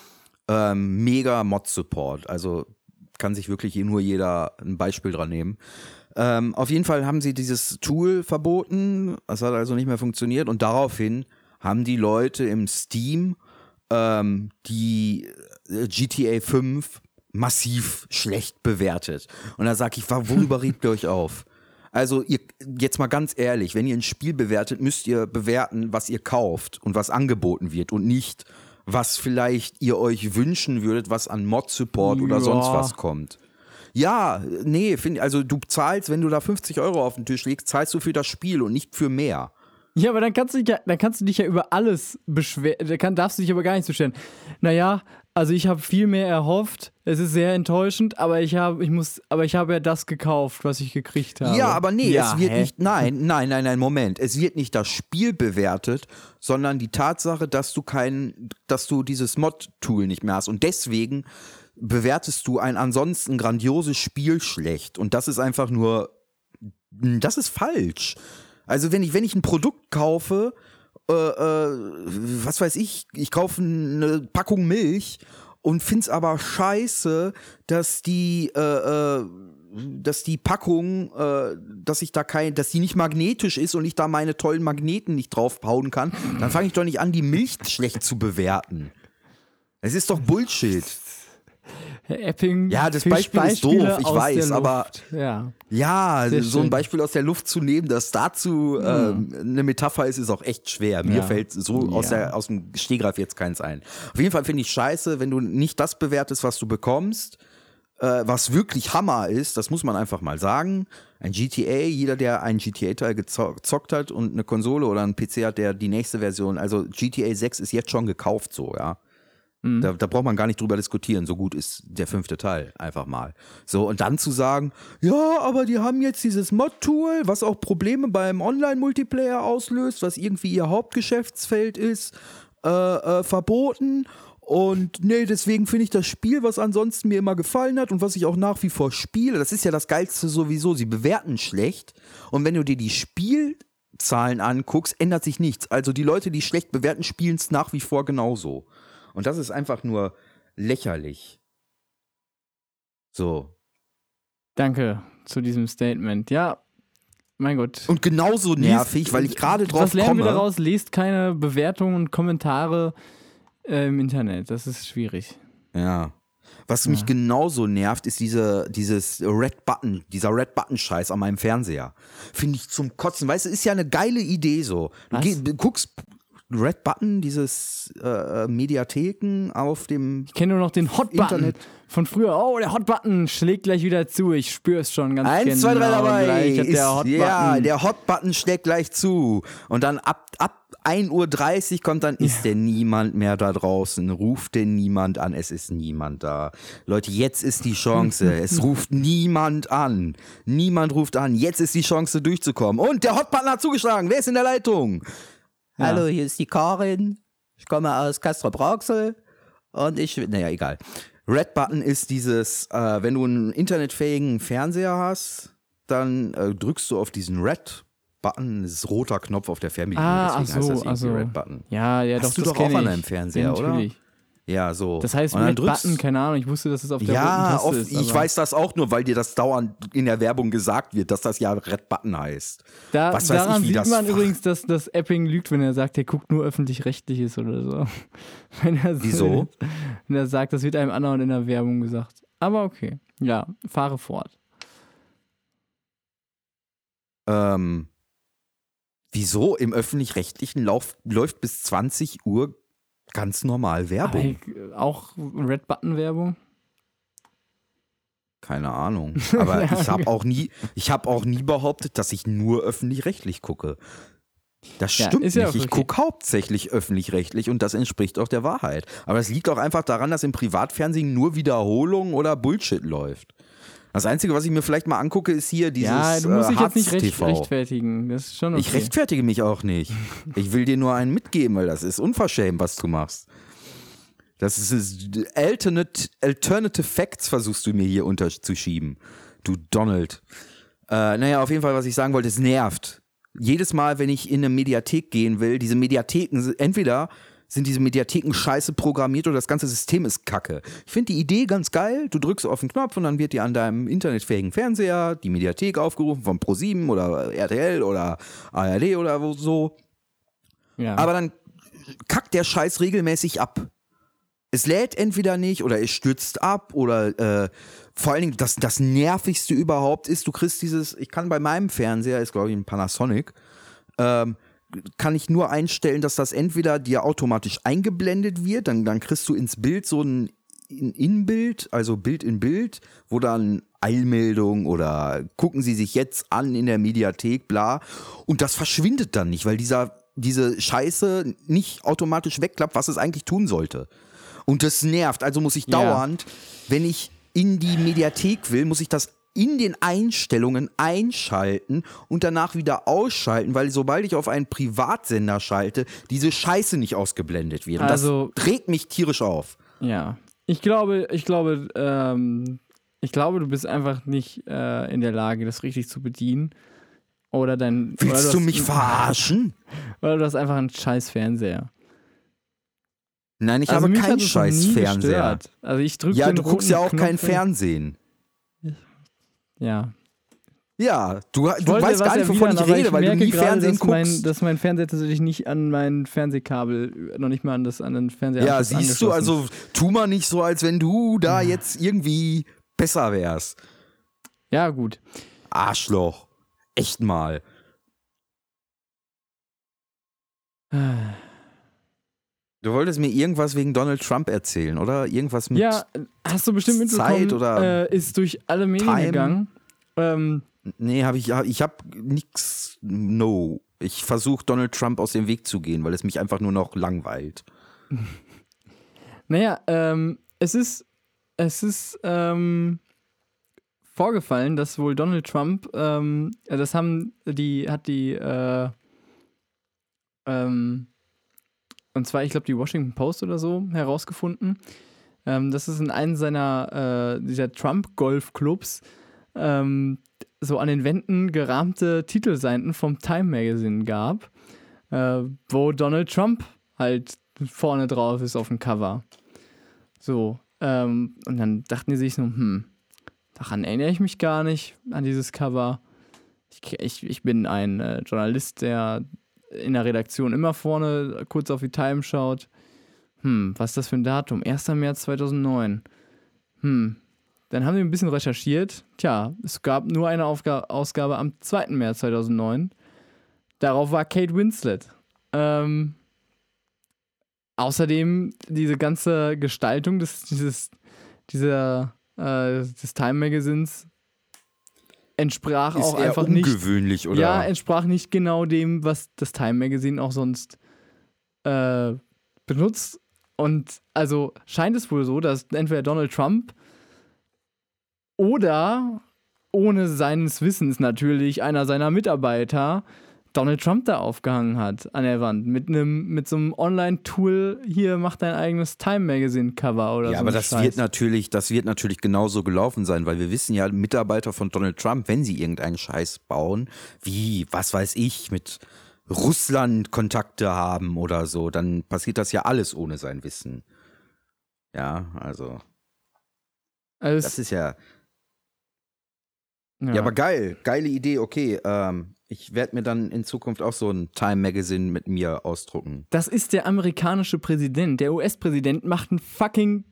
Mega Mod-Support, also kann sich wirklich nur jeder ein Beispiel dran nehmen. Auf jeden Fall haben sie dieses Tool verboten, das hat also nicht mehr funktioniert und daraufhin haben die Leute im Steam die GTA 5 massiv schlecht bewertet. Und da sag ich, worüber regt ihr euch auf? Also ihr, jetzt mal ganz ehrlich, wenn ihr ein Spiel bewertet, müsst ihr bewerten, was ihr kauft und was angeboten wird und nicht was vielleicht ihr euch wünschen würdet, was an Mod-Support oder sonst was kommt. Ja, nee, also du zahlst, wenn du da 50 € auf den Tisch legst, zahlst du für das Spiel und nicht für mehr. Ja, aber dann kannst du dich ja über alles beschweren, darfst du dich aber gar nicht beschweren. Naja, also ich habe viel mehr erhofft, es ist sehr enttäuschend, aber ich habe ja das gekauft, was ich gekriegt habe. Ja, aber nee, es wird nicht, nein, Moment. Es wird nicht das Spiel bewertet, sondern die Tatsache, dass du dieses Mod-Tool nicht mehr hast und deswegen bewertest du ein ansonsten grandioses Spiel schlecht und das ist einfach nur, das ist falsch. Also wenn ich ein Produkt kaufe, was weiß ich kaufe eine Packung Milch und find's aber scheiße, dass die Packung, dass die nicht magnetisch ist und ich da meine tollen Magneten nicht draufhauen kann, dann fange ich doch nicht an, die Milch schlecht zu bewerten. Es ist doch Bullshit. Herr Epping, ja, das Beispiel ist doof, ich weiß, aber ja, so ein Beispiel aus der Luft zu nehmen, das dazu eine Metapher ist auch echt schwer. Mir fällt so aus dem Stegreif jetzt keins ein. Auf jeden Fall finde ich scheiße, wenn du nicht das bewertest, was du bekommst, was wirklich Hammer ist, das muss man einfach mal sagen. Ein GTA, jeder, der einen GTA-Teil gezockt hat und eine Konsole oder einen PC hat, der die nächste Version, also GTA 6 ist jetzt schon gekauft so, ja. Da braucht man gar nicht drüber diskutieren, so gut ist der 5. Teil, einfach mal. So, und dann zu sagen, ja, aber die haben jetzt dieses Mod-Tool, was auch Probleme beim Online-Multiplayer auslöst, was irgendwie ihr Hauptgeschäftsfeld ist, verboten. Und nee, deswegen finde ich das Spiel, was ansonsten mir immer gefallen hat und was ich auch nach wie vor spiele, das ist ja das Geilste sowieso, sie bewerten schlecht. Und wenn du dir die Spielzahlen anguckst, ändert sich nichts. Also die Leute, die schlecht bewerten, spielen es nach wie vor genauso. Und das ist einfach nur lächerlich. So. Danke zu diesem Statement. Ja, mein Gott. Und genauso nervig, weil ich gerade drauf komme. Was lernen wir daraus? Lest keine Bewertungen und Kommentare im Internet. Das ist schwierig. Ja. Was mich genauso nervt, ist dieser Red-Button-Scheiß an meinem Fernseher. Finde ich zum Kotzen. Weißt du, ist ja eine geile Idee so. Du guckst Red Button, dieses Mediatheken auf dem Ich kenne nur noch den Hot-Button von früher. Oh, der Hot-Button schlägt gleich wieder zu. Ich spüre es schon ganz genau. 1, 2, 3 dabei. Ja, der Hot-Button schlägt gleich zu. Und dann ab 1:30 Uhr kommt dann, ist denn niemand mehr da draußen? Ruft denn niemand an? Es ist niemand da. Leute, jetzt ist die Chance. Es ruft niemand an. Niemand ruft an. Jetzt ist die Chance durchzukommen. Und der Hot-Button hat zugeschlagen. Wer ist in der Leitung? Ja. Hallo, hier ist die Karin. Ich komme aus Castrop-Rauxel und naja, egal. Red Button ist dieses, wenn du einen internetfähigen Fernseher hast, dann drückst du auf diesen Red Button, das ist roter Knopf auf der Fernbedienung, deswegen heißt das irgendwie Red Button. Ja, hast doch, du das doch auch an deinem Fernseher, ja, natürlich. Ja, so. Das heißt, und dann Red Button, keine Ahnung, ich wusste, dass es auf der roten Taste oft, ist. Ich weiß das auch nur, weil dir das dauernd in der Werbung gesagt wird, dass das ja Red Button heißt. Was weiß daran ich, wie sieht man übrigens, dass Epping lügt, wenn er sagt, er guckt nur Öffentlich-Rechtliches oder so. Wieso? Wenn er sagt, das wird einem andauernd in der Werbung gesagt. Aber okay, ja, fahre fort. Wieso? Im Öffentlich-Rechtlichen läuft bis 20 Uhr ganz normal Werbung. Aber auch Red Button-Werbung? Keine Ahnung. Aber ich habe auch nie behauptet, dass ich nur öffentlich-rechtlich gucke. Das stimmt nicht. Ich gucke hauptsächlich öffentlich-rechtlich und das entspricht auch der Wahrheit. Aber es liegt auch einfach daran, dass im Privatfernsehen nur Wiederholung oder Bullshit läuft. Das Einzige, was ich mir vielleicht mal angucke, ist hier dieses du musst dich jetzt nicht TV. rechtfertigen. Das ist schon okay. Ich rechtfertige mich auch nicht. Ich will dir nur einen mitgeben, weil das ist unverschämt, was du machst. Das ist Alternative Facts versuchst du mir hier unterzuschieben. Du Donald. Naja, auf jeden Fall, was ich sagen wollte, es nervt. Jedes Mal, wenn ich in eine Mediathek gehen will, diese Mediatheken, entweder sind diese Mediatheken scheiße programmiert oder das ganze System ist kacke. Ich finde die Idee ganz geil. Du drückst auf den Knopf und dann wird dir an deinem internetfähigen Fernseher die Mediathek aufgerufen von Pro7 oder RTL oder ARD oder so. Ja. Aber dann kackt der Scheiß regelmäßig ab. Es lädt entweder nicht oder es stürzt ab oder vor allen Dingen das Nervigste überhaupt ist, du kriegst ich kann bei meinem Fernseher, ist glaube ich ein Panasonic, kann ich nur einstellen, dass das entweder dir automatisch eingeblendet wird, dann kriegst du ins Bild so ein Inbild, also Bild in Bild, wo dann Eilmeldung oder gucken Sie sich jetzt an in der Mediathek, bla. Und das verschwindet dann nicht, weil diese Scheiße nicht automatisch wegklappt, was es eigentlich tun sollte. Und das nervt. Also muss ich dauernd, wenn ich in die Mediathek will, muss ich das in den Einstellungen einschalten und danach wieder ausschalten, weil sobald ich auf einen Privatsender schalte, diese Scheiße nicht ausgeblendet wird. Und das regt mich tierisch auf. Ja. Ich glaube, du bist einfach nicht in der Lage, das richtig zu bedienen. Willst du mich verarschen? Oder du hast einfach einen scheiß Fernseher. Nein, ich habe keinen scheiß Fernseher. Also ich drücke du guckst ja auch kein Fernsehen. Ja. Ja, du weißt gar nicht, wovon ich rede, weil du nie Fernsehen guckst. Dass mein Fernseher tatsächlich nicht an mein Fernsehkabel, noch nicht mal an den Fernseher. Ja, siehst du, also tu mal nicht so, als wenn du da jetzt irgendwie besser wärst. Ja, gut. Arschloch. Echt mal. Du wolltest mir irgendwas wegen Donald Trump erzählen, oder? Irgendwas mit hast du bestimmt mitbekommen, Zeit oder ist durch alle Medien gegangen. Nee, ich hab nix. No. Ich versuche Donald Trump aus dem Weg zu gehen, weil es mich einfach nur noch langweilt. Naja, es ist vorgefallen, dass wohl Donald Trump, und zwar, ich glaube, die Washington Post oder so herausgefunden, dass es in einem dieser Trump-Golf-Clubs so an den Wänden gerahmte Titelseiten vom Time Magazine gab, wo Donald Trump halt vorne drauf ist auf dem Cover. So, und dann dachten die sich so, daran erinnere ich mich gar nicht, an dieses Cover. Ich bin ein Journalist, der in der Redaktion immer vorne kurz auf die Time schaut. Was ist das für ein Datum? 1. März 2009. Dann haben wir ein bisschen recherchiert. Tja, es gab nur eine Ausgabe am 2. März 2009. Darauf war Kate Winslet. Außerdem diese ganze Gestaltung des Time Magazins entsprach ist auch eher einfach ungewöhnlich, oder? Ja, entsprach nicht genau dem, was das Time Magazine auch sonst benutzt. Und also scheint es wohl so, dass entweder Donald Trump oder ohne seines Wissens natürlich einer seiner Mitarbeiter Donald Trump da aufgehangen hat an der Wand mit so einem Online-Tool, hier mach dein eigenes Time Magazine Cover oder so. Ja, aber das wird natürlich genauso gelaufen sein, weil wir wissen ja, Mitarbeiter von Donald Trump, wenn sie irgendeinen Scheiß bauen, wie, was weiß ich, mit Russland Kontakte haben oder so, dann passiert das ja alles ohne sein Wissen. Ja, also das ist ja, aber geil, geile Idee, okay. Ich werde mir dann in Zukunft auch so ein Time Magazine mit mir ausdrucken. Das ist der amerikanische Präsident. Der US-Präsident macht ein fucking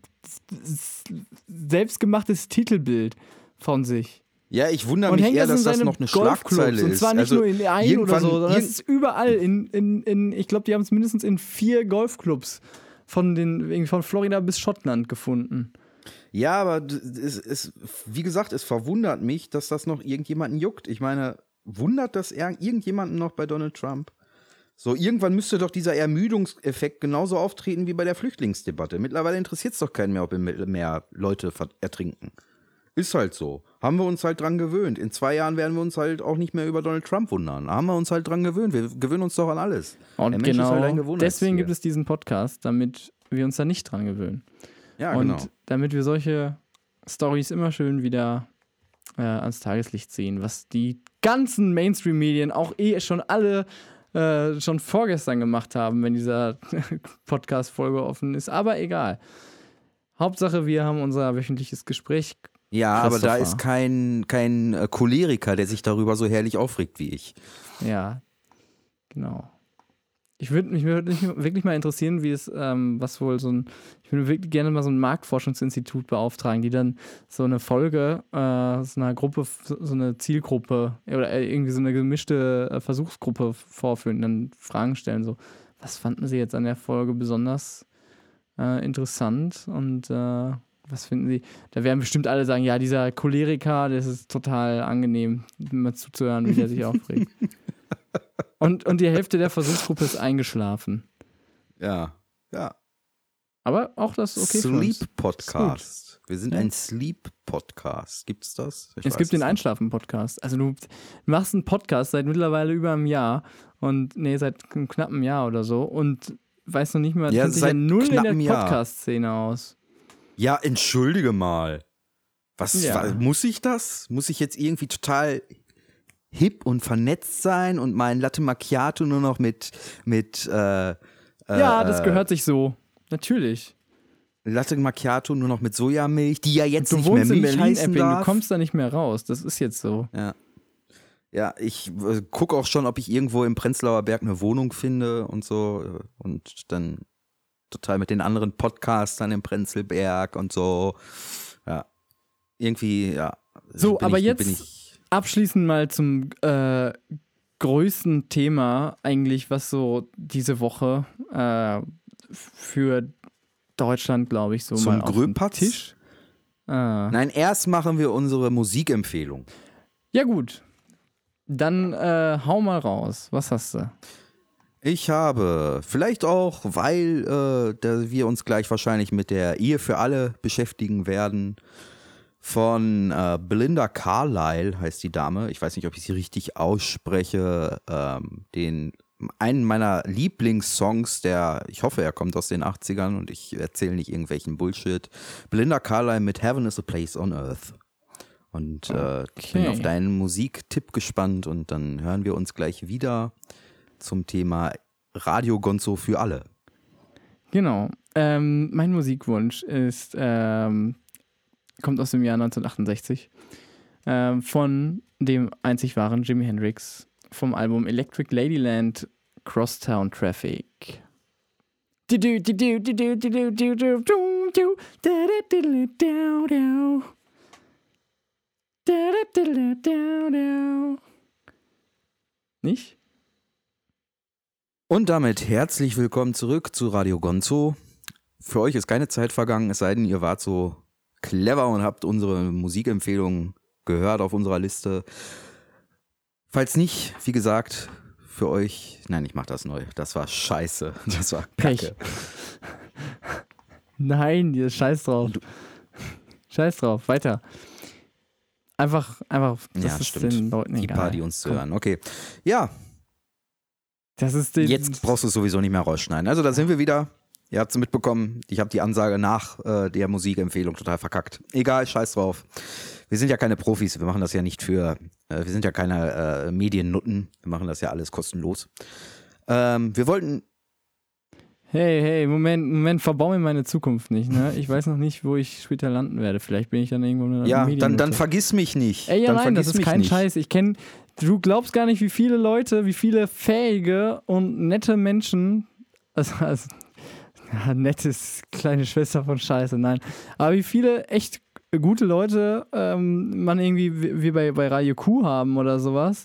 selbstgemachtes Titelbild von sich. Ja, ich wundere mich eher, dass das noch eine Schlagzeile ist. Und zwar nicht nur in einem oder so, sondern es ist überall. Ich glaube, die haben es mindestens in 4 Golfclubs von Florida bis Schottland gefunden. Ja, aber wie gesagt, es verwundert mich, dass das noch irgendjemanden juckt. Ich meine, wundert das irgendjemanden noch bei Donald Trump? So, irgendwann müsste doch dieser Ermüdungseffekt genauso auftreten wie bei der Flüchtlingsdebatte. Mittlerweile interessiert es doch keinen mehr, ob im Mittelmeer Leute ertrinken. Ist halt so. Haben wir uns halt dran gewöhnt. In 2 Jahren werden wir uns halt auch nicht mehr über Donald Trump wundern. Haben wir uns halt dran gewöhnt. Wir gewöhnen uns doch an alles. Und der Mensch ist halt ein Gewohnheitstier. Deswegen gibt es diesen Podcast, damit wir uns da nicht dran gewöhnen. Ja, genau. Und damit wir solche Storys immer schön wieder ans Tageslicht ziehen, was die ganzen Mainstream-Medien auch schon alle schon vorgestern gemacht haben, wenn dieser Podcast-Folge offen ist. Aber egal. Hauptsache, wir haben unser wöchentliches Gespräch. Ja, aber da ist kein Choleriker, der sich darüber so herrlich aufregt wie ich. Ja, genau. Mich würde wirklich mal interessieren, wie es, ich würde wirklich gerne mal so ein Marktforschungsinstitut beauftragen, die dann so eine Folge, so einer Gruppe, so eine Zielgruppe oder irgendwie so eine gemischte Versuchsgruppe vorführen, dann Fragen stellen, so, was fanden Sie jetzt an der Folge besonders interessant und was finden Sie? Da werden bestimmt alle sagen, ja, dieser Choleriker, das ist total angenehm, mal zuzuhören, wie der sich aufregt. Und die Hälfte der Versuchsgruppe ist eingeschlafen. Ja. Aber auch das ist okay. Sleep-Podcast. Wir sind ein Sleep-Podcast. Gibt's das? Es gibt den Einschlafen-Podcast. Also du machst einen Podcast seit mittlerweile über einem Jahr seit einem knappen Jahr oder so und weißt noch nicht mehr, kennt sich ja null in der Podcast-Szene aus. Ja, entschuldige mal. Was muss ich das? Muss ich jetzt irgendwie total hip und vernetzt sein und mein Latte Macchiato nur noch mit ja, das gehört sich so. Natürlich. Latte Macchiato nur noch mit Sojamilch, die ja jetzt nicht mehr Milch heißen darf. Du wohnst in Berlin, Epping, du kommst da nicht mehr raus. Das ist jetzt so. Ja, ich gucke auch schon, ob ich irgendwo im Prenzlauer Berg eine Wohnung finde und so und dann total mit den anderen Podcastern im Prenzlberg und so. Ja, irgendwie, ja. So, aber jetzt abschließend mal zum größten Thema eigentlich, was so diese Woche für Deutschland, glaube ich, so zum mal auf den Tisch. Nein, erst machen wir unsere Musikempfehlung. Ja gut, dann hau mal raus. Was hast du? Ich habe, vielleicht auch, weil wir uns gleich wahrscheinlich mit der Ehe für alle beschäftigen werden, von Belinda Carlisle heißt die Dame. Ich weiß nicht, ob ich sie richtig ausspreche. Einen meiner Lieblingssongs, ich hoffe, er kommt aus den 80ern und ich erzähle nicht irgendwelchen Bullshit. Belinda Carlisle mit Heaven is a Place on Earth. Und ich bin auf deinen Musiktipp gespannt und dann hören wir uns gleich wieder zum Thema Radio Gonzo für alle. Genau. Mein Musikwunsch kommt aus dem Jahr 1968 von dem einzig wahren Jimi Hendrix vom Album Electric Ladyland Crosstown Traffic. Nicht? Und damit herzlich willkommen zurück zu Radio Gonzo. Für euch ist keine Zeit vergangen, es sei denn, ihr wart so clever und habt unsere Musikempfehlungen gehört auf unserer Liste. Falls nicht, wie gesagt, für euch, nein, ich mach das neu. Das war scheiße. Das war Kacke. Nein, scheiß drauf. Scheiß drauf, weiter. Einfach, das ist den Leuten egal. Die paar, die uns zuhören. Okay. Ja. Jetzt brauchst du es sowieso nicht mehr rausschneiden. Also da sind wir wieder. Ihr habt es mitbekommen. Ich habe die Ansage nach der Musikempfehlung total verkackt. Egal, scheiß drauf. Wir sind ja keine Profis. Wir machen das ja nicht wir sind ja keine Mediennutten. Wir machen das ja alles kostenlos. Wir wollten Hey, Moment, verbau mir meine Zukunft nicht, ne? Ich weiß noch nicht, wo ich später landen werde. Vielleicht bin ich dann irgendwo in einer Mediennutte. Dann vergiss mich nicht. Ey, ja, nein, das ist kein Scheiß. Du glaubst gar nicht, wie viele Leute, wie viele fähige und nette Menschen, nett ist kleine Schwester von Scheiße, nein. Aber wie viele echt gute Leute man irgendwie wie bei Radio Q haben oder sowas,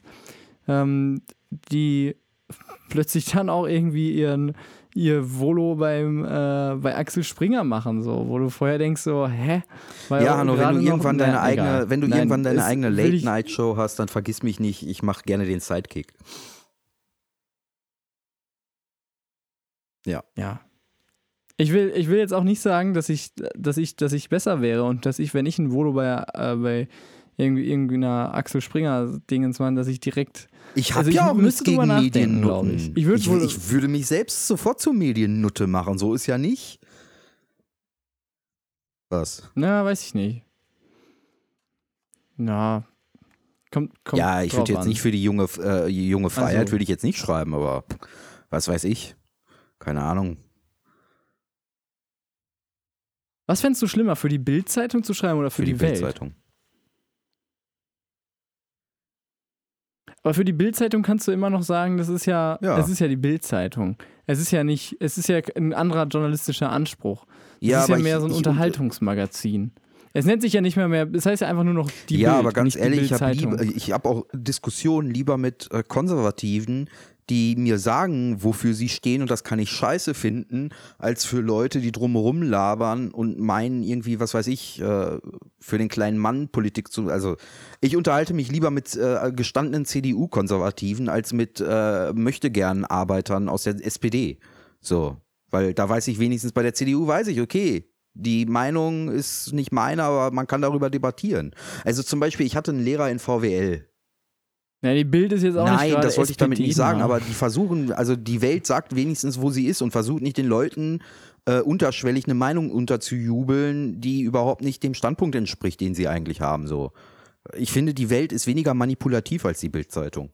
die plötzlich dann auch irgendwie ihr Volo bei Axel Springer machen, so, wo du vorher denkst so, hä? Ja, Hanno, wenn du irgendwann deine eigene Late-Night-Show hast, dann vergiss mich nicht, ich mache gerne den Sidekick. Ja. Ja. Ich will jetzt auch nicht sagen, dass ich besser wäre und dass ich, wenn ich ein Volo bei irgendwie einer Axel Springer Dingens machen, dass ich direkt. Ich habe ja auch nichts gegen Mediennutten. Ich würde mich selbst sofort zur Mediennutte machen, so ist ja nicht. Was? Na, weiß ich nicht. Na, kommt ja, ich würde jetzt nicht für die junge Freiheit würde ich jetzt nicht schreiben, aber was weiß ich? Keine Ahnung. Was fändest du schlimmer, für die Bild-Zeitung zu schreiben oder für die Welt? Bild-Zeitung. Aber für die Bild-Zeitung kannst du immer noch sagen, es ist ja die Bild-Zeitung. Es ist ja ein anderer journalistischer Anspruch. Es ist ja mehr so ein Unterhaltungsmagazin. Es nennt sich ja nicht mehr, es heißt ja einfach nur noch die Bild. Ja, aber ganz ehrlich, ich habe auch Diskussionen lieber mit Konservativen, die mir sagen, wofür sie stehen, und das kann ich scheiße finden, als für Leute, die drumherum labern und meinen irgendwie, was weiß ich, für den kleinen Mann Politik zu. Also ich unterhalte mich lieber mit gestandenen CDU-Konservativen als mit Möchtegern-Arbeitern aus der SPD. So, weil da weiß ich wenigstens, bei der CDU weiß ich, okay, die Meinung ist nicht meine, aber man kann darüber debattieren. Also zum Beispiel, ich hatte einen Lehrer in VWL. Ja, die Bild ist jetzt auch nicht. Nein, das wollte ich damit nicht sagen, aber die versuchen, also die Welt sagt wenigstens, wo sie ist, und versucht nicht den Leuten unterschwellig eine Meinung unterzujubeln, die überhaupt nicht dem Standpunkt entspricht, den sie eigentlich haben. So. Ich finde, die Welt ist weniger manipulativ als die Bild-Zeitung.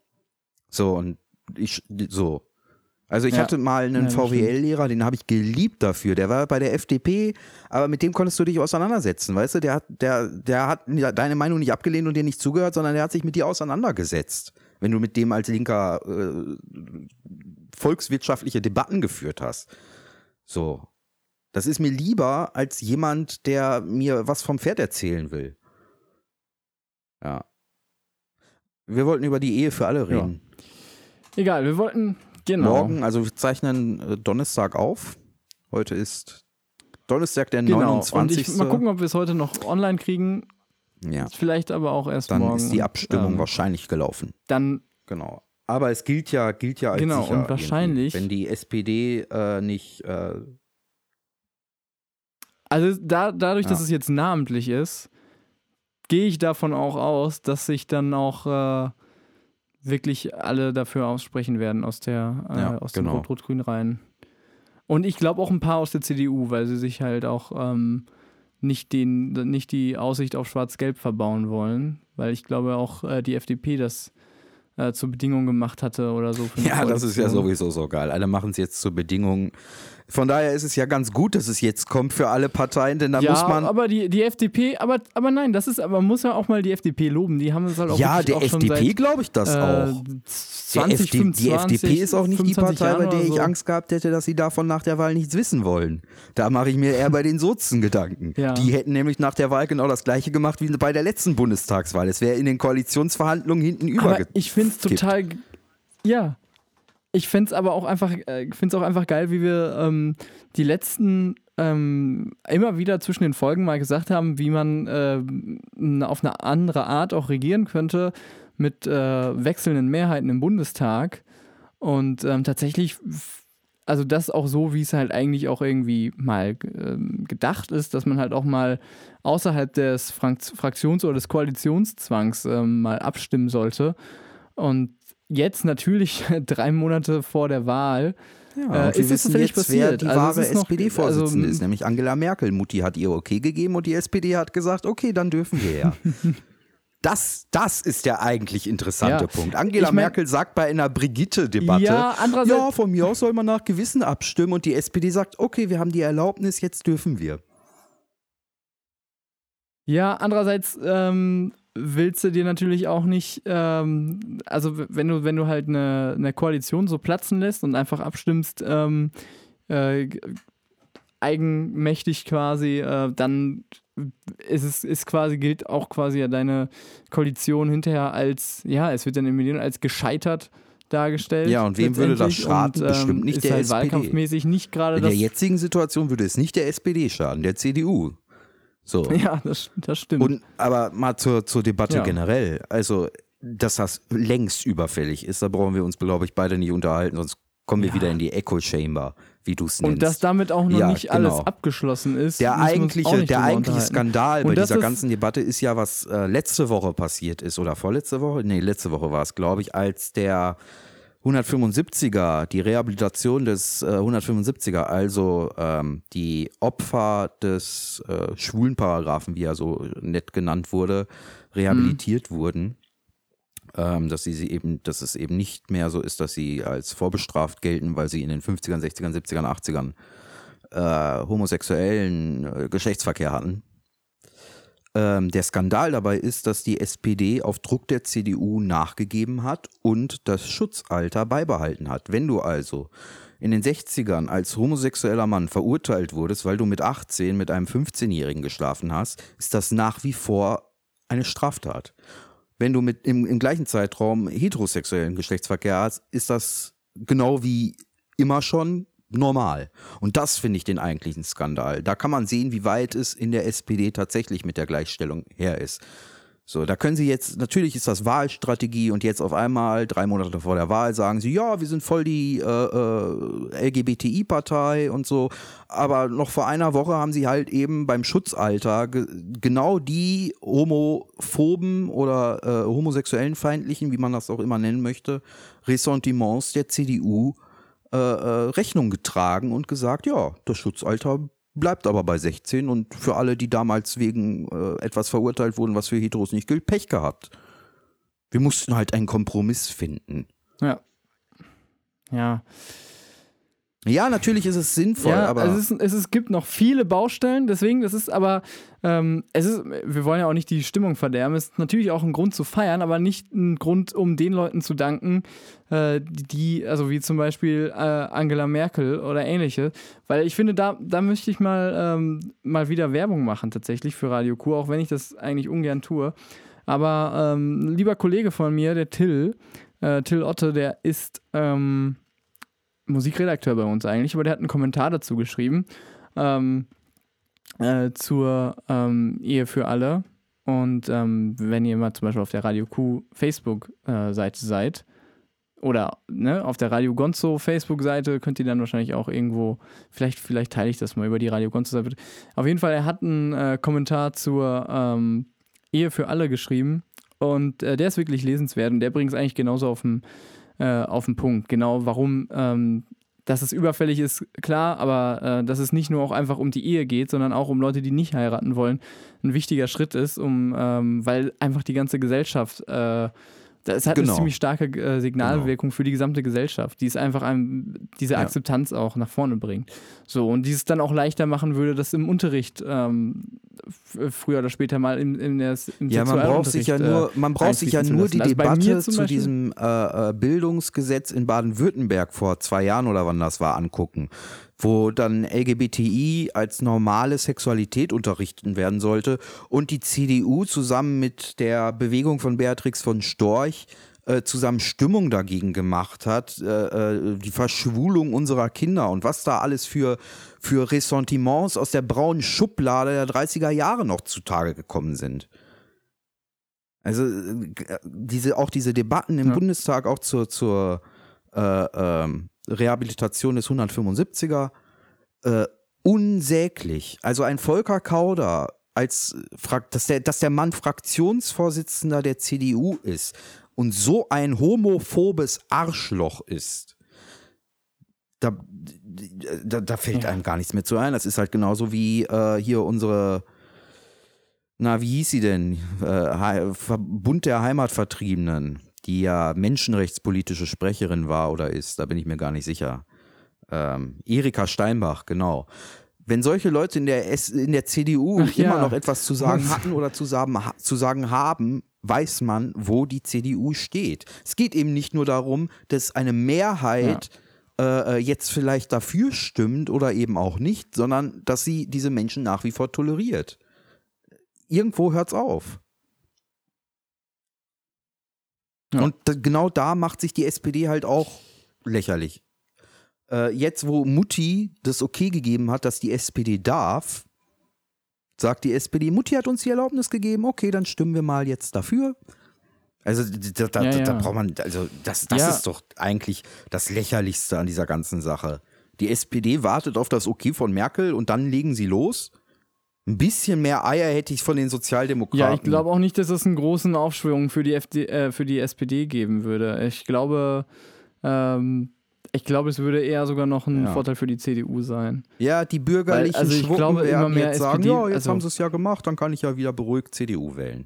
Also ich hatte mal einen VWL-Lehrer, den habe ich geliebt dafür. Der war bei der FDP, aber mit dem konntest du dich auseinandersetzen, weißt du? Der hat deine Meinung nicht abgelehnt und dir nicht zugehört, sondern der hat sich mit dir auseinandergesetzt, wenn du mit dem als Linker volkswirtschaftliche Debatten geführt hast. So. Das ist mir lieber als jemand, der mir was vom Pferd erzählen will. Ja. Wir wollten über die Ehe für alle reden. Ja. Egal, wir wollten... Genau. Morgen, also wir zeichnen Donnerstag auf. Heute ist Donnerstag, der 29. Und mal gucken, ob wir es heute noch online kriegen. Ja. Vielleicht aber auch erst dann morgen. Dann ist die Abstimmung wahrscheinlich gelaufen. Dann. Genau. Aber es gilt ja als sicher. Und wahrscheinlich. Wenn die SPD nicht. Also dadurch, dass es jetzt namentlich ist, gehe ich davon auch aus, dass sich dann auch wirklich alle dafür aussprechen werden aus den Rot-Rot-Grün Reihen. Und ich glaube auch ein paar aus der CDU, weil sie sich halt auch nicht die Aussicht auf Schwarz-Gelb verbauen wollen, weil ich glaube auch die FDP das zur Bedingung gemacht hatte oder so. Ja, das ist ja sowieso so geil. Alle machen es jetzt zur Bedingung. Von daher ist es ja ganz gut, dass es jetzt kommt für alle Parteien, denn da muss man... Ja, aber die FDP, aber nein, man muss ja auch mal die FDP loben, die haben es halt auch ja, der auch FDP glaube ich das auch. 25, die FDP ist auch nicht die Partei, bei der ich so Angst gehabt hätte, dass sie davon nach der Wahl nichts wissen wollen. Da mache ich mir eher bei den Sozen Gedanken. Ja. Die hätten nämlich nach der Wahl genau das Gleiche gemacht wie bei der letzten Bundestagswahl. Es wäre in den Koalitionsverhandlungen hinten übergekippt. Ich finde es total... Ja. Ich finde es aber auch einfach, geil, wie wir die letzten immer wieder zwischen den Folgen mal gesagt haben, wie man auf eine andere Art auch regieren könnte mit wechselnden Mehrheiten im Bundestag. Und tatsächlich, also das auch so, wie es halt eigentlich auch irgendwie mal gedacht ist, dass man halt auch mal außerhalb des Fraktions- oder des Koalitionszwangs mal abstimmen sollte. Und jetzt natürlich 3 Monate vor der Wahl ist es tatsächlich passiert. Wer die wahre SPD-Vorsitzende ist, nämlich Angela Merkel. Mutti hat ihr okay gegeben und die SPD hat gesagt, okay, dann dürfen wir ja. Das ist der eigentlich interessante Punkt. Angela Merkel sagt bei einer Brigitte-Debatte, von mir aus soll man nach Gewissen abstimmen und die SPD sagt, okay, wir haben die Erlaubnis, jetzt dürfen wir. Ja, andererseits willst du dir natürlich auch nicht, also wenn du halt eine Koalition so platzen lässt und einfach abstimmst, eigenmächtig quasi, dann gilt auch quasi ja deine Koalition hinterher als, es wird dann in den Medien als gescheitert dargestellt. Ja, und wem würde das schaden? Bestimmt nicht der halt SPD. Wahlkampfmäßig nicht gerade in der jetzigen Situation würde es nicht der SPD schaden, der CDU. So. Ja, das stimmt. Aber mal zur Debatte generell. Also, dass das längst überfällig ist, da brauchen wir uns, glaube ich, beide nicht unterhalten, sonst kommen wir wieder in die Echo Chamber, wie du es nennst. Und dass damit auch noch nicht alles abgeschlossen ist. Der eigentliche Skandal bei dieser ganzen Debatte ist ja, was letzte Woche passiert ist, oder vorletzte Woche? Nee, letzte Woche war es, glaube ich, als der 175er, die Rehabilitation des 175er, also die Opfer des Schwulenparagraphen, wie er so nett genannt wurde, rehabilitiert wurden. Dass es eben nicht mehr so ist, dass sie als vorbestraft gelten, weil sie in den 50ern, 60ern, 70ern, 80ern homosexuellen Geschlechtsverkehr hatten. Der Skandal dabei ist, dass die SPD auf Druck der CDU nachgegeben hat und das Schutzalter beibehalten hat. Wenn du also in den 60ern als homosexueller Mann verurteilt wurdest, weil du mit 18 mit einem 15-Jährigen geschlafen hast, ist das nach wie vor eine Straftat. Wenn du im gleichen Zeitraum heterosexuellen Geschlechtsverkehr hast, ist das genau wie immer schon normal. Und das finde ich den eigentlichen Skandal. Da kann man sehen, wie weit es in der SPD tatsächlich mit der Gleichstellung her ist. So, da können sie jetzt, natürlich ist das Wahlstrategie und jetzt auf einmal 3 Monate vor der Wahl sagen sie, ja, wir sind voll die LGBTI-Partei und so, aber noch vor einer Woche haben sie halt eben beim Schutzalter genau die homophoben oder homosexuellen Feindlichen, wie man das auch immer nennen möchte, Ressentiments der CDU Rechnung getragen und gesagt, ja, das Schutzalter bleibt aber bei 16 und für alle, die damals wegen etwas verurteilt wurden, was für Heteros nicht gilt, Pech gehabt. Wir mussten halt einen Kompromiss finden. Ja. Ja. Ja, natürlich ist es sinnvoll, aber es gibt noch viele Baustellen, deswegen, das ist aber, wir wollen ja auch nicht die Stimmung verderben, es ist natürlich auch ein Grund zu feiern, aber nicht ein Grund, um den Leuten zu danken, die, also wie zum Beispiel Angela Merkel oder ähnliche, weil ich finde, da möchte ich mal wieder Werbung machen tatsächlich für Radio Q, auch wenn ich das eigentlich ungern tue, aber ein lieber Kollege von mir, der Till Otte, der ist, Musikredakteur bei uns eigentlich, aber der hat einen Kommentar dazu geschrieben zur Ehe für alle. Und wenn ihr mal zum Beispiel auf der Radio Q Facebook-Seite seid oder auf der Radio Gonzo Facebook-Seite, könnt ihr dann wahrscheinlich auch irgendwo, vielleicht teile ich das mal über die Radio Gonzo-Seite. Auf jeden Fall, er hat einen Kommentar zur Ehe für alle geschrieben und der ist wirklich lesenswert und der bringt es eigentlich genauso auf den Punkt. Genau, warum, dass es überfällig ist, klar, aber dass es nicht nur auch einfach um die Ehe geht, sondern auch um Leute, die nicht heiraten wollen, ein wichtiger Schritt ist, weil einfach die ganze Gesellschaft, es hat eine ziemlich starke Signalwirkung für die gesamte Gesellschaft, die es einfach diese Akzeptanz auch nach vorne bringt. So, und die es dann auch leichter machen würde, das im Unterricht früher oder später mal im Sexualunterricht man braucht sich ja nur die Debatte zu diesem Bildungsgesetz in Baden-Württemberg vor 2 Jahren oder wann das war angucken, wo dann LGBTI als normale Sexualität unterrichten werden sollte und die CDU zusammen mit der Bewegung von Beatrix von Storch zusammen Stimmung dagegen gemacht hat, die Verschwulung unserer Kinder und was da alles für Ressentiments aus der braunen Schublade der 30er Jahre noch zutage gekommen sind. Also diese Debatten im Bundestag auch zur Rehabilitation des 175er, unsäglich. Also ein Volker Kauder, dass der Mann Fraktionsvorsitzender der CDU ist und so ein homophobes Arschloch ist, da fällt einem gar nichts mehr zu ein. Das ist halt genauso wie hier unsere wie hieß sie denn? Bund der Heimatvertriebenen, die ja menschenrechtspolitische Sprecherin war oder ist, da bin ich mir gar nicht sicher. Erika Steinbach, genau. Wenn solche Leute in der CDU immer noch etwas zu sagen hatten oder zu sagen haben, weiß man, wo die CDU steht. Es geht eben nicht nur darum, dass eine Mehrheit jetzt vielleicht dafür stimmt oder eben auch nicht, sondern dass sie diese Menschen nach wie vor toleriert. Irgendwo hört's auf. Ja. Und genau da macht sich die SPD halt auch lächerlich. Jetzt, wo Mutti das okay gegeben hat, dass die SPD darf, sagt die SPD, Mutti hat uns die Erlaubnis gegeben, okay, dann stimmen wir mal jetzt dafür. Also da braucht man, also das ist doch eigentlich das Lächerlichste an dieser ganzen Sache. Die SPD wartet auf das Okay von Merkel und dann legen sie los. Ein bisschen mehr Eier hätte ich von den Sozialdemokraten. Ja, ich glaube auch nicht, dass es einen großen Aufschwung für die SPD geben würde. Ich glaube, es würde eher sogar noch ein Vorteil für die CDU sein. Ja, die bürgerlichen Schwuppen werden jetzt sagen, jetzt haben sie es ja gemacht, dann kann ich ja wieder beruhigt CDU wählen.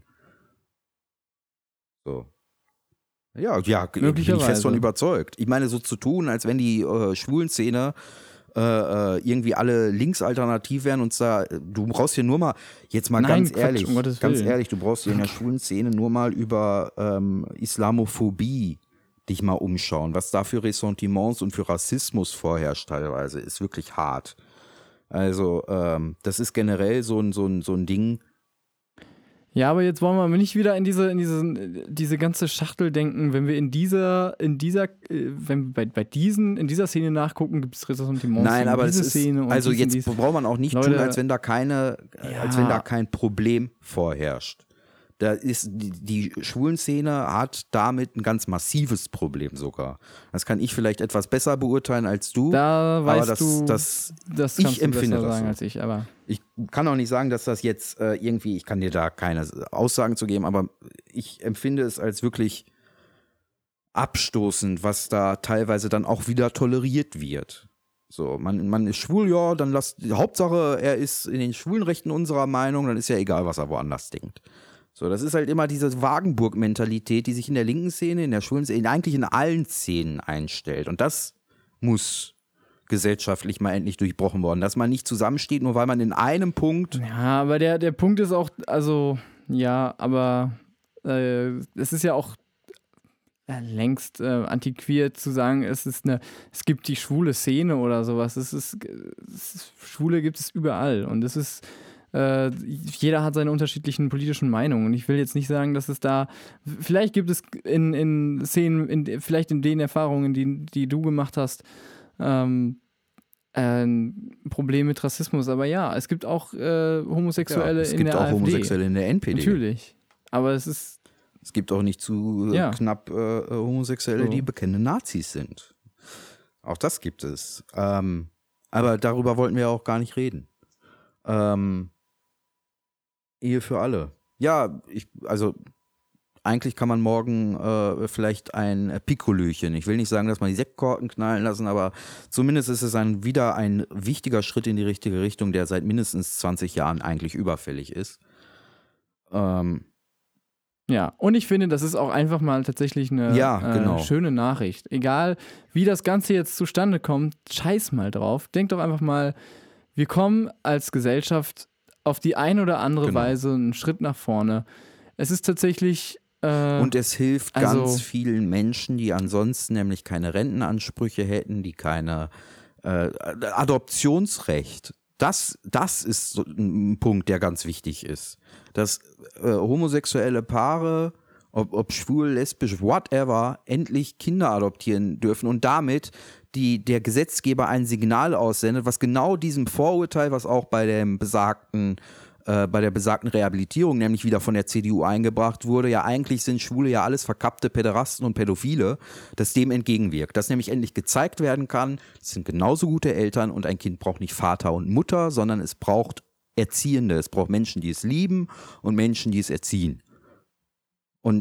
So. Ja, bin ich fest von überzeugt. Ich meine, so zu tun, als wenn die Schwulenszene irgendwie alle linksalternativ wären und du brauchst hier nur mal, jetzt mal ganz ehrlich, du brauchst hier in der schwulen Szene nur mal über Islamophobie dich mal umschauen. Was da für Ressentiments und für Rassismus vorherrscht teilweise, ist wirklich hart. Also, das ist generell so ein Ding. Ja, aber jetzt wollen wir nicht wieder in diese ganze Schachtel denken. Wenn wir in dieser Szene nachgucken, gibt es Ressentiments. Nein, aber es ist, also jetzt braucht man auch nicht tun, als wenn da kein Problem vorherrscht. Da ist die Schwulenszene hat damit ein ganz massives Problem sogar. Das kann ich vielleicht etwas besser beurteilen als du. Da weißt das kannst ich du empfinde besser das sagen so. als ich, aber ich kann auch nicht sagen, dass das jetzt irgendwie, ich kann dir da keine Aussagen zu geben, aber ich empfinde es als wirklich abstoßend, was da teilweise dann auch wieder toleriert wird. So, man ist schwul, ja, dann Hauptsache, er ist in den Schwulenrechten unserer Meinung, dann ist ja egal, was er woanders denkt. So, das ist halt immer diese Wagenburg-Mentalität, die sich in der linken Szene, in der schwulen Szene, eigentlich in allen Szenen einstellt. Und das muss gesellschaftlich mal endlich durchbrochen worden, dass man nicht zusammensteht, nur weil man in einem Punkt... Ja, aber der Punkt ist auch, also, ja, aber es ist ja auch längst antiquiert zu sagen, es gibt die schwule Szene oder sowas. Schwule gibt es überall und es ist jeder hat seine unterschiedlichen politischen Meinungen und ich will jetzt nicht sagen, dass es da, vielleicht gibt es in Szenen, vielleicht in den Erfahrungen, die du gemacht hast, ein Problem mit Rassismus, aber ja, es gibt auch Homosexuelle in der AfD. Es gibt auch Homosexuelle in der NPD. Natürlich, aber es gibt auch nicht zu knapp Homosexuelle, die bekennende Nazis sind. Auch das gibt es. Aber darüber wollten wir ja auch gar nicht reden. Ehe für alle. Ja, eigentlich kann man morgen vielleicht ein Pikolöchen. Ich will nicht sagen, dass man die Sektkorken knallen lassen, aber zumindest ist es wieder ein wichtiger Schritt in die richtige Richtung, der seit mindestens 20 Jahren eigentlich überfällig ist. Ja, und ich finde, das ist auch einfach mal tatsächlich eine schöne Nachricht. Egal, wie das Ganze jetzt zustande kommt, scheiß mal drauf. Denk doch einfach mal, wir kommen als Gesellschaft auf die eine oder andere Weise einen Schritt nach vorne. Es ist tatsächlich... und es hilft ganz vielen Menschen, die ansonsten nämlich keine Rentenansprüche hätten, die keine Adoptionsrecht. Das ist so ein Punkt, der ganz wichtig ist. Dass homosexuelle Paare, ob schwul, lesbisch, whatever, endlich Kinder adoptieren dürfen und damit der Gesetzgeber ein Signal aussendet, was genau diesem Vorurteil, was auch bei der besagten Rehabilitierung nämlich wieder von der CDU eingebracht wurde, ja eigentlich sind Schwule ja alles verkappte Päderasten und Pädophile, das dem entgegenwirkt. Dass nämlich endlich gezeigt werden kann, es sind genauso gute Eltern und ein Kind braucht nicht Vater und Mutter, sondern es braucht Erziehende, es braucht Menschen, die es lieben und Menschen, die es erziehen. Und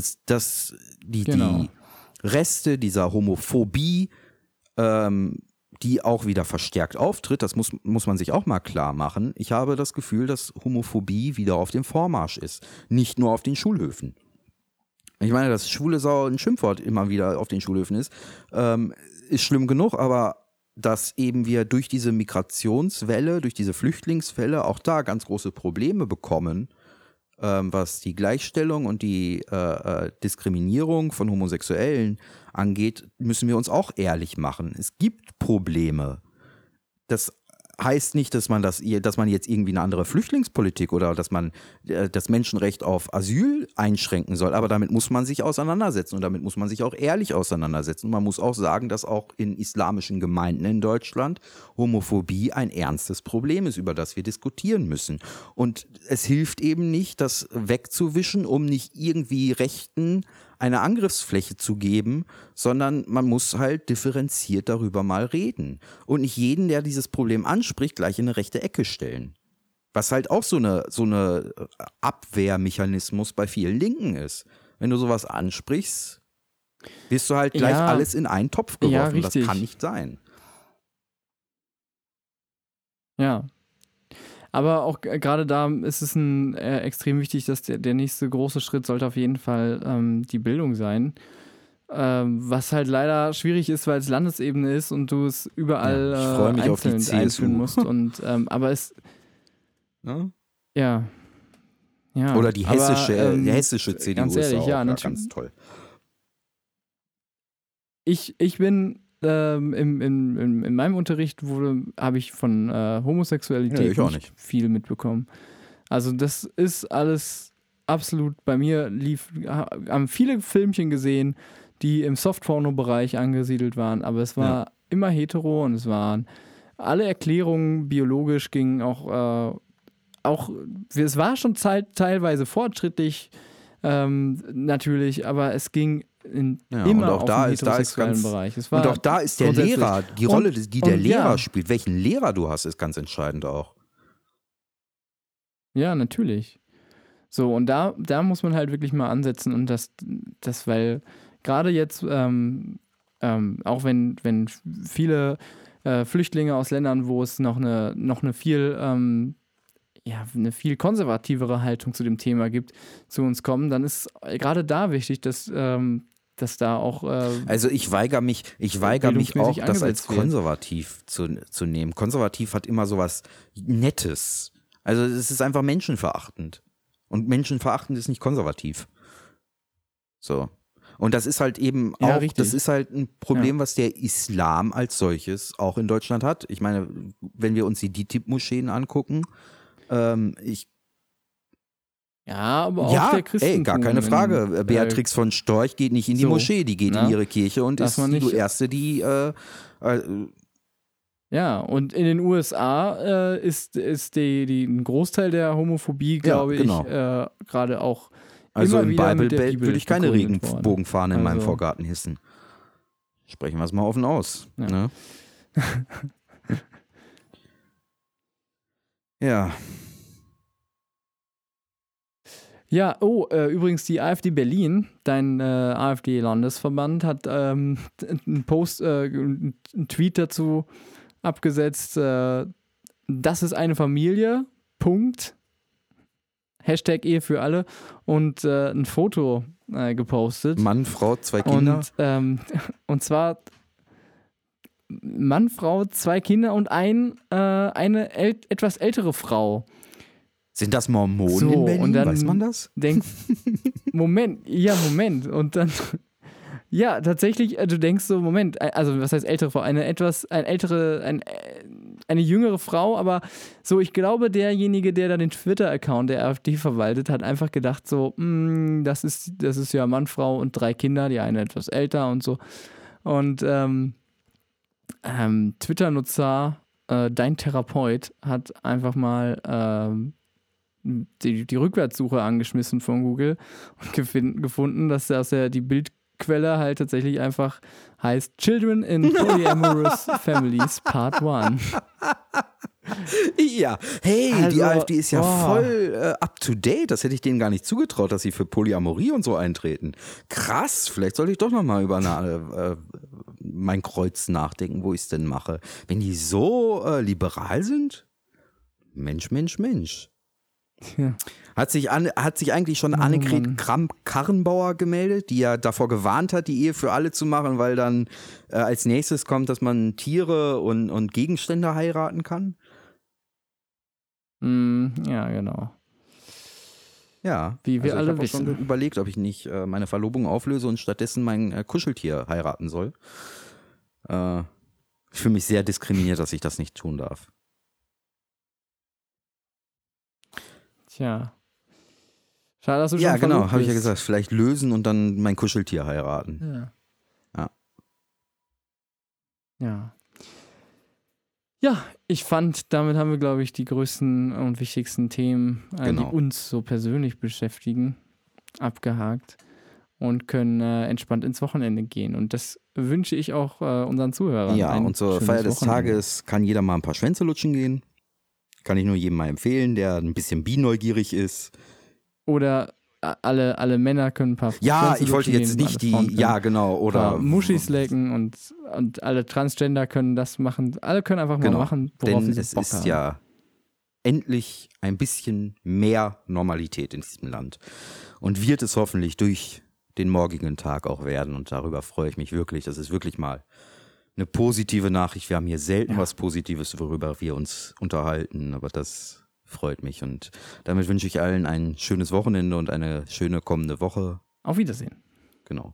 die Reste dieser Homophobie, die auch wieder verstärkt auftritt, das muss man sich auch mal klar machen. Ich habe das Gefühl, dass Homophobie wieder auf dem Vormarsch ist. Nicht nur auf den Schulhöfen. Ich meine, dass schwule Sau ein Schimpfwort immer wieder auf den Schulhöfen ist schlimm genug, aber dass eben wir durch diese Migrationswelle, durch diese Flüchtlingswelle auch da ganz große Probleme bekommen, was die Gleichstellung und die Diskriminierung von Homosexuellen angeht, müssen wir uns auch ehrlich machen. Es gibt Probleme. Das heißt nicht, dass man jetzt irgendwie eine andere Flüchtlingspolitik oder dass man das Menschenrecht auf Asyl einschränken soll, aber damit muss man sich auseinandersetzen und damit muss man sich auch ehrlich auseinandersetzen. Und man muss auch sagen, dass auch in islamischen Gemeinden in Deutschland Homophobie ein ernstes Problem ist, über das wir diskutieren müssen. Und es hilft eben nicht, das wegzuwischen, um nicht irgendwie Rechten eine Angriffsfläche zu geben, sondern man muss halt differenziert darüber mal reden. Und nicht jeden, der dieses Problem anspricht, gleich in eine rechte Ecke stellen. Was halt auch so eine Abwehrmechanismus bei vielen Linken ist. Wenn du sowas ansprichst, wirst du halt gleich alles in einen Topf geworfen. Ja, das kann nicht sein. Ja. Aber auch gerade da ist es extrem wichtig, dass der nächste große Schritt sollte auf jeden Fall die Bildung sein. Was halt leider schwierig ist, weil es Landesebene ist und du es überall einzeln einführen musst. Und, aber es... Ja. Oder die hessische CDU ganz ehrlich, ist auch ganz toll. Ich bin... in meinem Unterricht habe ich von Homosexualität nicht viel mitbekommen. Also das ist alles absolut, bei mir haben viele Filmchen gesehen, die im Softporno-Bereich angesiedelt waren, aber es war immer hetero und es waren alle Erklärungen biologisch gingen auch es war schon teilweise fortschrittlich, natürlich, aber es ging immer auf den heterosexuellen Bereich. Und auch da ist der Lehrer, die Rolle, die der Lehrer spielt, welchen Lehrer du hast, ist ganz entscheidend auch. Ja, natürlich. So, und da muss man halt wirklich mal ansetzen und das weil gerade jetzt, auch wenn viele Flüchtlinge aus Ländern, wo es noch eine viel eine viel konservativere Haltung zu dem Thema gibt, zu uns kommen, dann ist gerade da wichtig, dass da auch also ich weigere mich auch, das als konservativ zu nehmen. Konservativ hat immer sowas Nettes. Also es ist einfach menschenverachtend. Und menschenverachtend ist nicht konservativ. So. Und das ist halt eben auch, das ist halt ein Problem, was der Islam als solches auch in Deutschland hat. Ich meine, wenn wir uns die DİTİB-Moscheen angucken, aber auch der Christentum. Gar keine Frage. Beatrix von Storch geht nicht in die Moschee, die geht in ihre Kirche und ist die erste, die ja, und in den USA ist ein Großteil der Homophobie, glaube ich, gerade auch also im Bible-Belt würde ich keine Regenbogenfahne in meinem Vorgarten hissen. Sprechen wir es mal offen aus. Ja. Ne? Ja. Ja, übrigens die AfD Berlin, dein AfD-Landesverband, hat einen Tweet dazu abgesetzt, das ist eine Familie, Punkt, Hashtag Ehe für alle und ein Foto gepostet. Mann, Frau, 2 Kinder. Und zwar Mann, Frau, 2 Kinder und eine etwas ältere Frau. Sind das Mormonen in Berlin? Und dann weiß man das? Moment. Und dann, ja, tatsächlich, du denkst so, Moment, also was heißt ältere Frau? Eine jüngere Frau, aber so, ich glaube, derjenige, der da den Twitter-Account der AfD verwaltet, hat einfach gedacht so, das ist ja Mann, Frau und 3 Kinder, die eine etwas älter und so. Und Twitter-Nutzer, dein Therapeut, hat einfach mal die Rückwärtssuche angeschmissen von Google und gefunden, dass die Bildquelle halt tatsächlich einfach heißt Children in Polyamorous Families Part 1. Ja, hey, also, die AfD ist ja voll up to date. Das hätte ich denen gar nicht zugetraut, dass sie für Polyamorie und so eintreten. Krass, vielleicht sollte ich doch nochmal über mein Kreuz nachdenken, wo ich es denn mache. Wenn die so liberal sind, Mensch. Ja. Hat sich eigentlich schon Annegret Kramp-Karrenbauer gemeldet, die ja davor gewarnt hat, die Ehe für alle zu machen, weil dann als nächstes kommt, dass man Tiere und Gegenstände heiraten kann? Ja, genau. Ja, wie wir alle wissen. Ich habe schon überlegt, ob ich nicht meine Verlobung auflöse und stattdessen mein Kuscheltier heiraten soll. Ich fühle mich sehr diskriminiert, dass ich das nicht tun darf. Tja. Schade, dass du schon Ja, genau, verlobt habe ich ja bist. gesagt. Vielleicht lösen und dann mein Kuscheltier heiraten. Ja. Ja, ich fand, damit haben wir, glaube ich, die größten und wichtigsten Themen, die uns so persönlich beschäftigen, abgehakt und können entspannt ins Wochenende gehen. Und das wünsche ich auch unseren Zuhörern. Ja, und zur Feier des Tages kann jeder mal ein paar Schwänze lutschen gehen. Kann ich nur jedem mal empfehlen, der ein bisschen bineugierig ist. Oder alle Männer können ein paar Ja, Schwänze ich wollte lutschen jetzt gehen, nicht die, ja genau, oder Muschis lecken und alle Transgender können das machen. Alle können einfach mal machen, worauf sie so Bock haben. Es ist ja endlich ein bisschen mehr Normalität in diesem Land. Und wird es hoffentlich durch den morgigen Tag auch werden. Und darüber freue ich mich wirklich. Das ist wirklich mal eine positive Nachricht. Wir haben hier selten was Positives, worüber wir uns unterhalten. Aber das freut mich. Und damit wünsche ich allen ein schönes Wochenende und eine schöne kommende Woche. Auf Wiedersehen. Genau.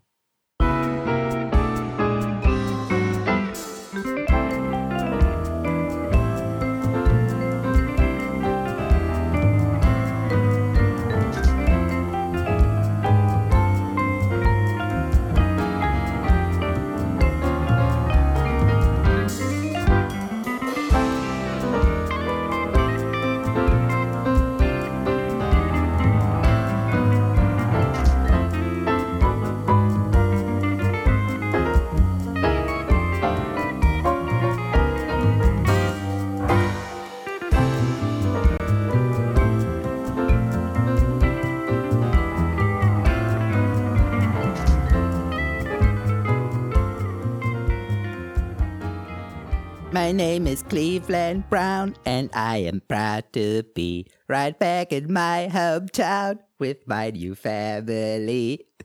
My name is Cleveland Brown, and I am proud to be right back in my hometown with my new family.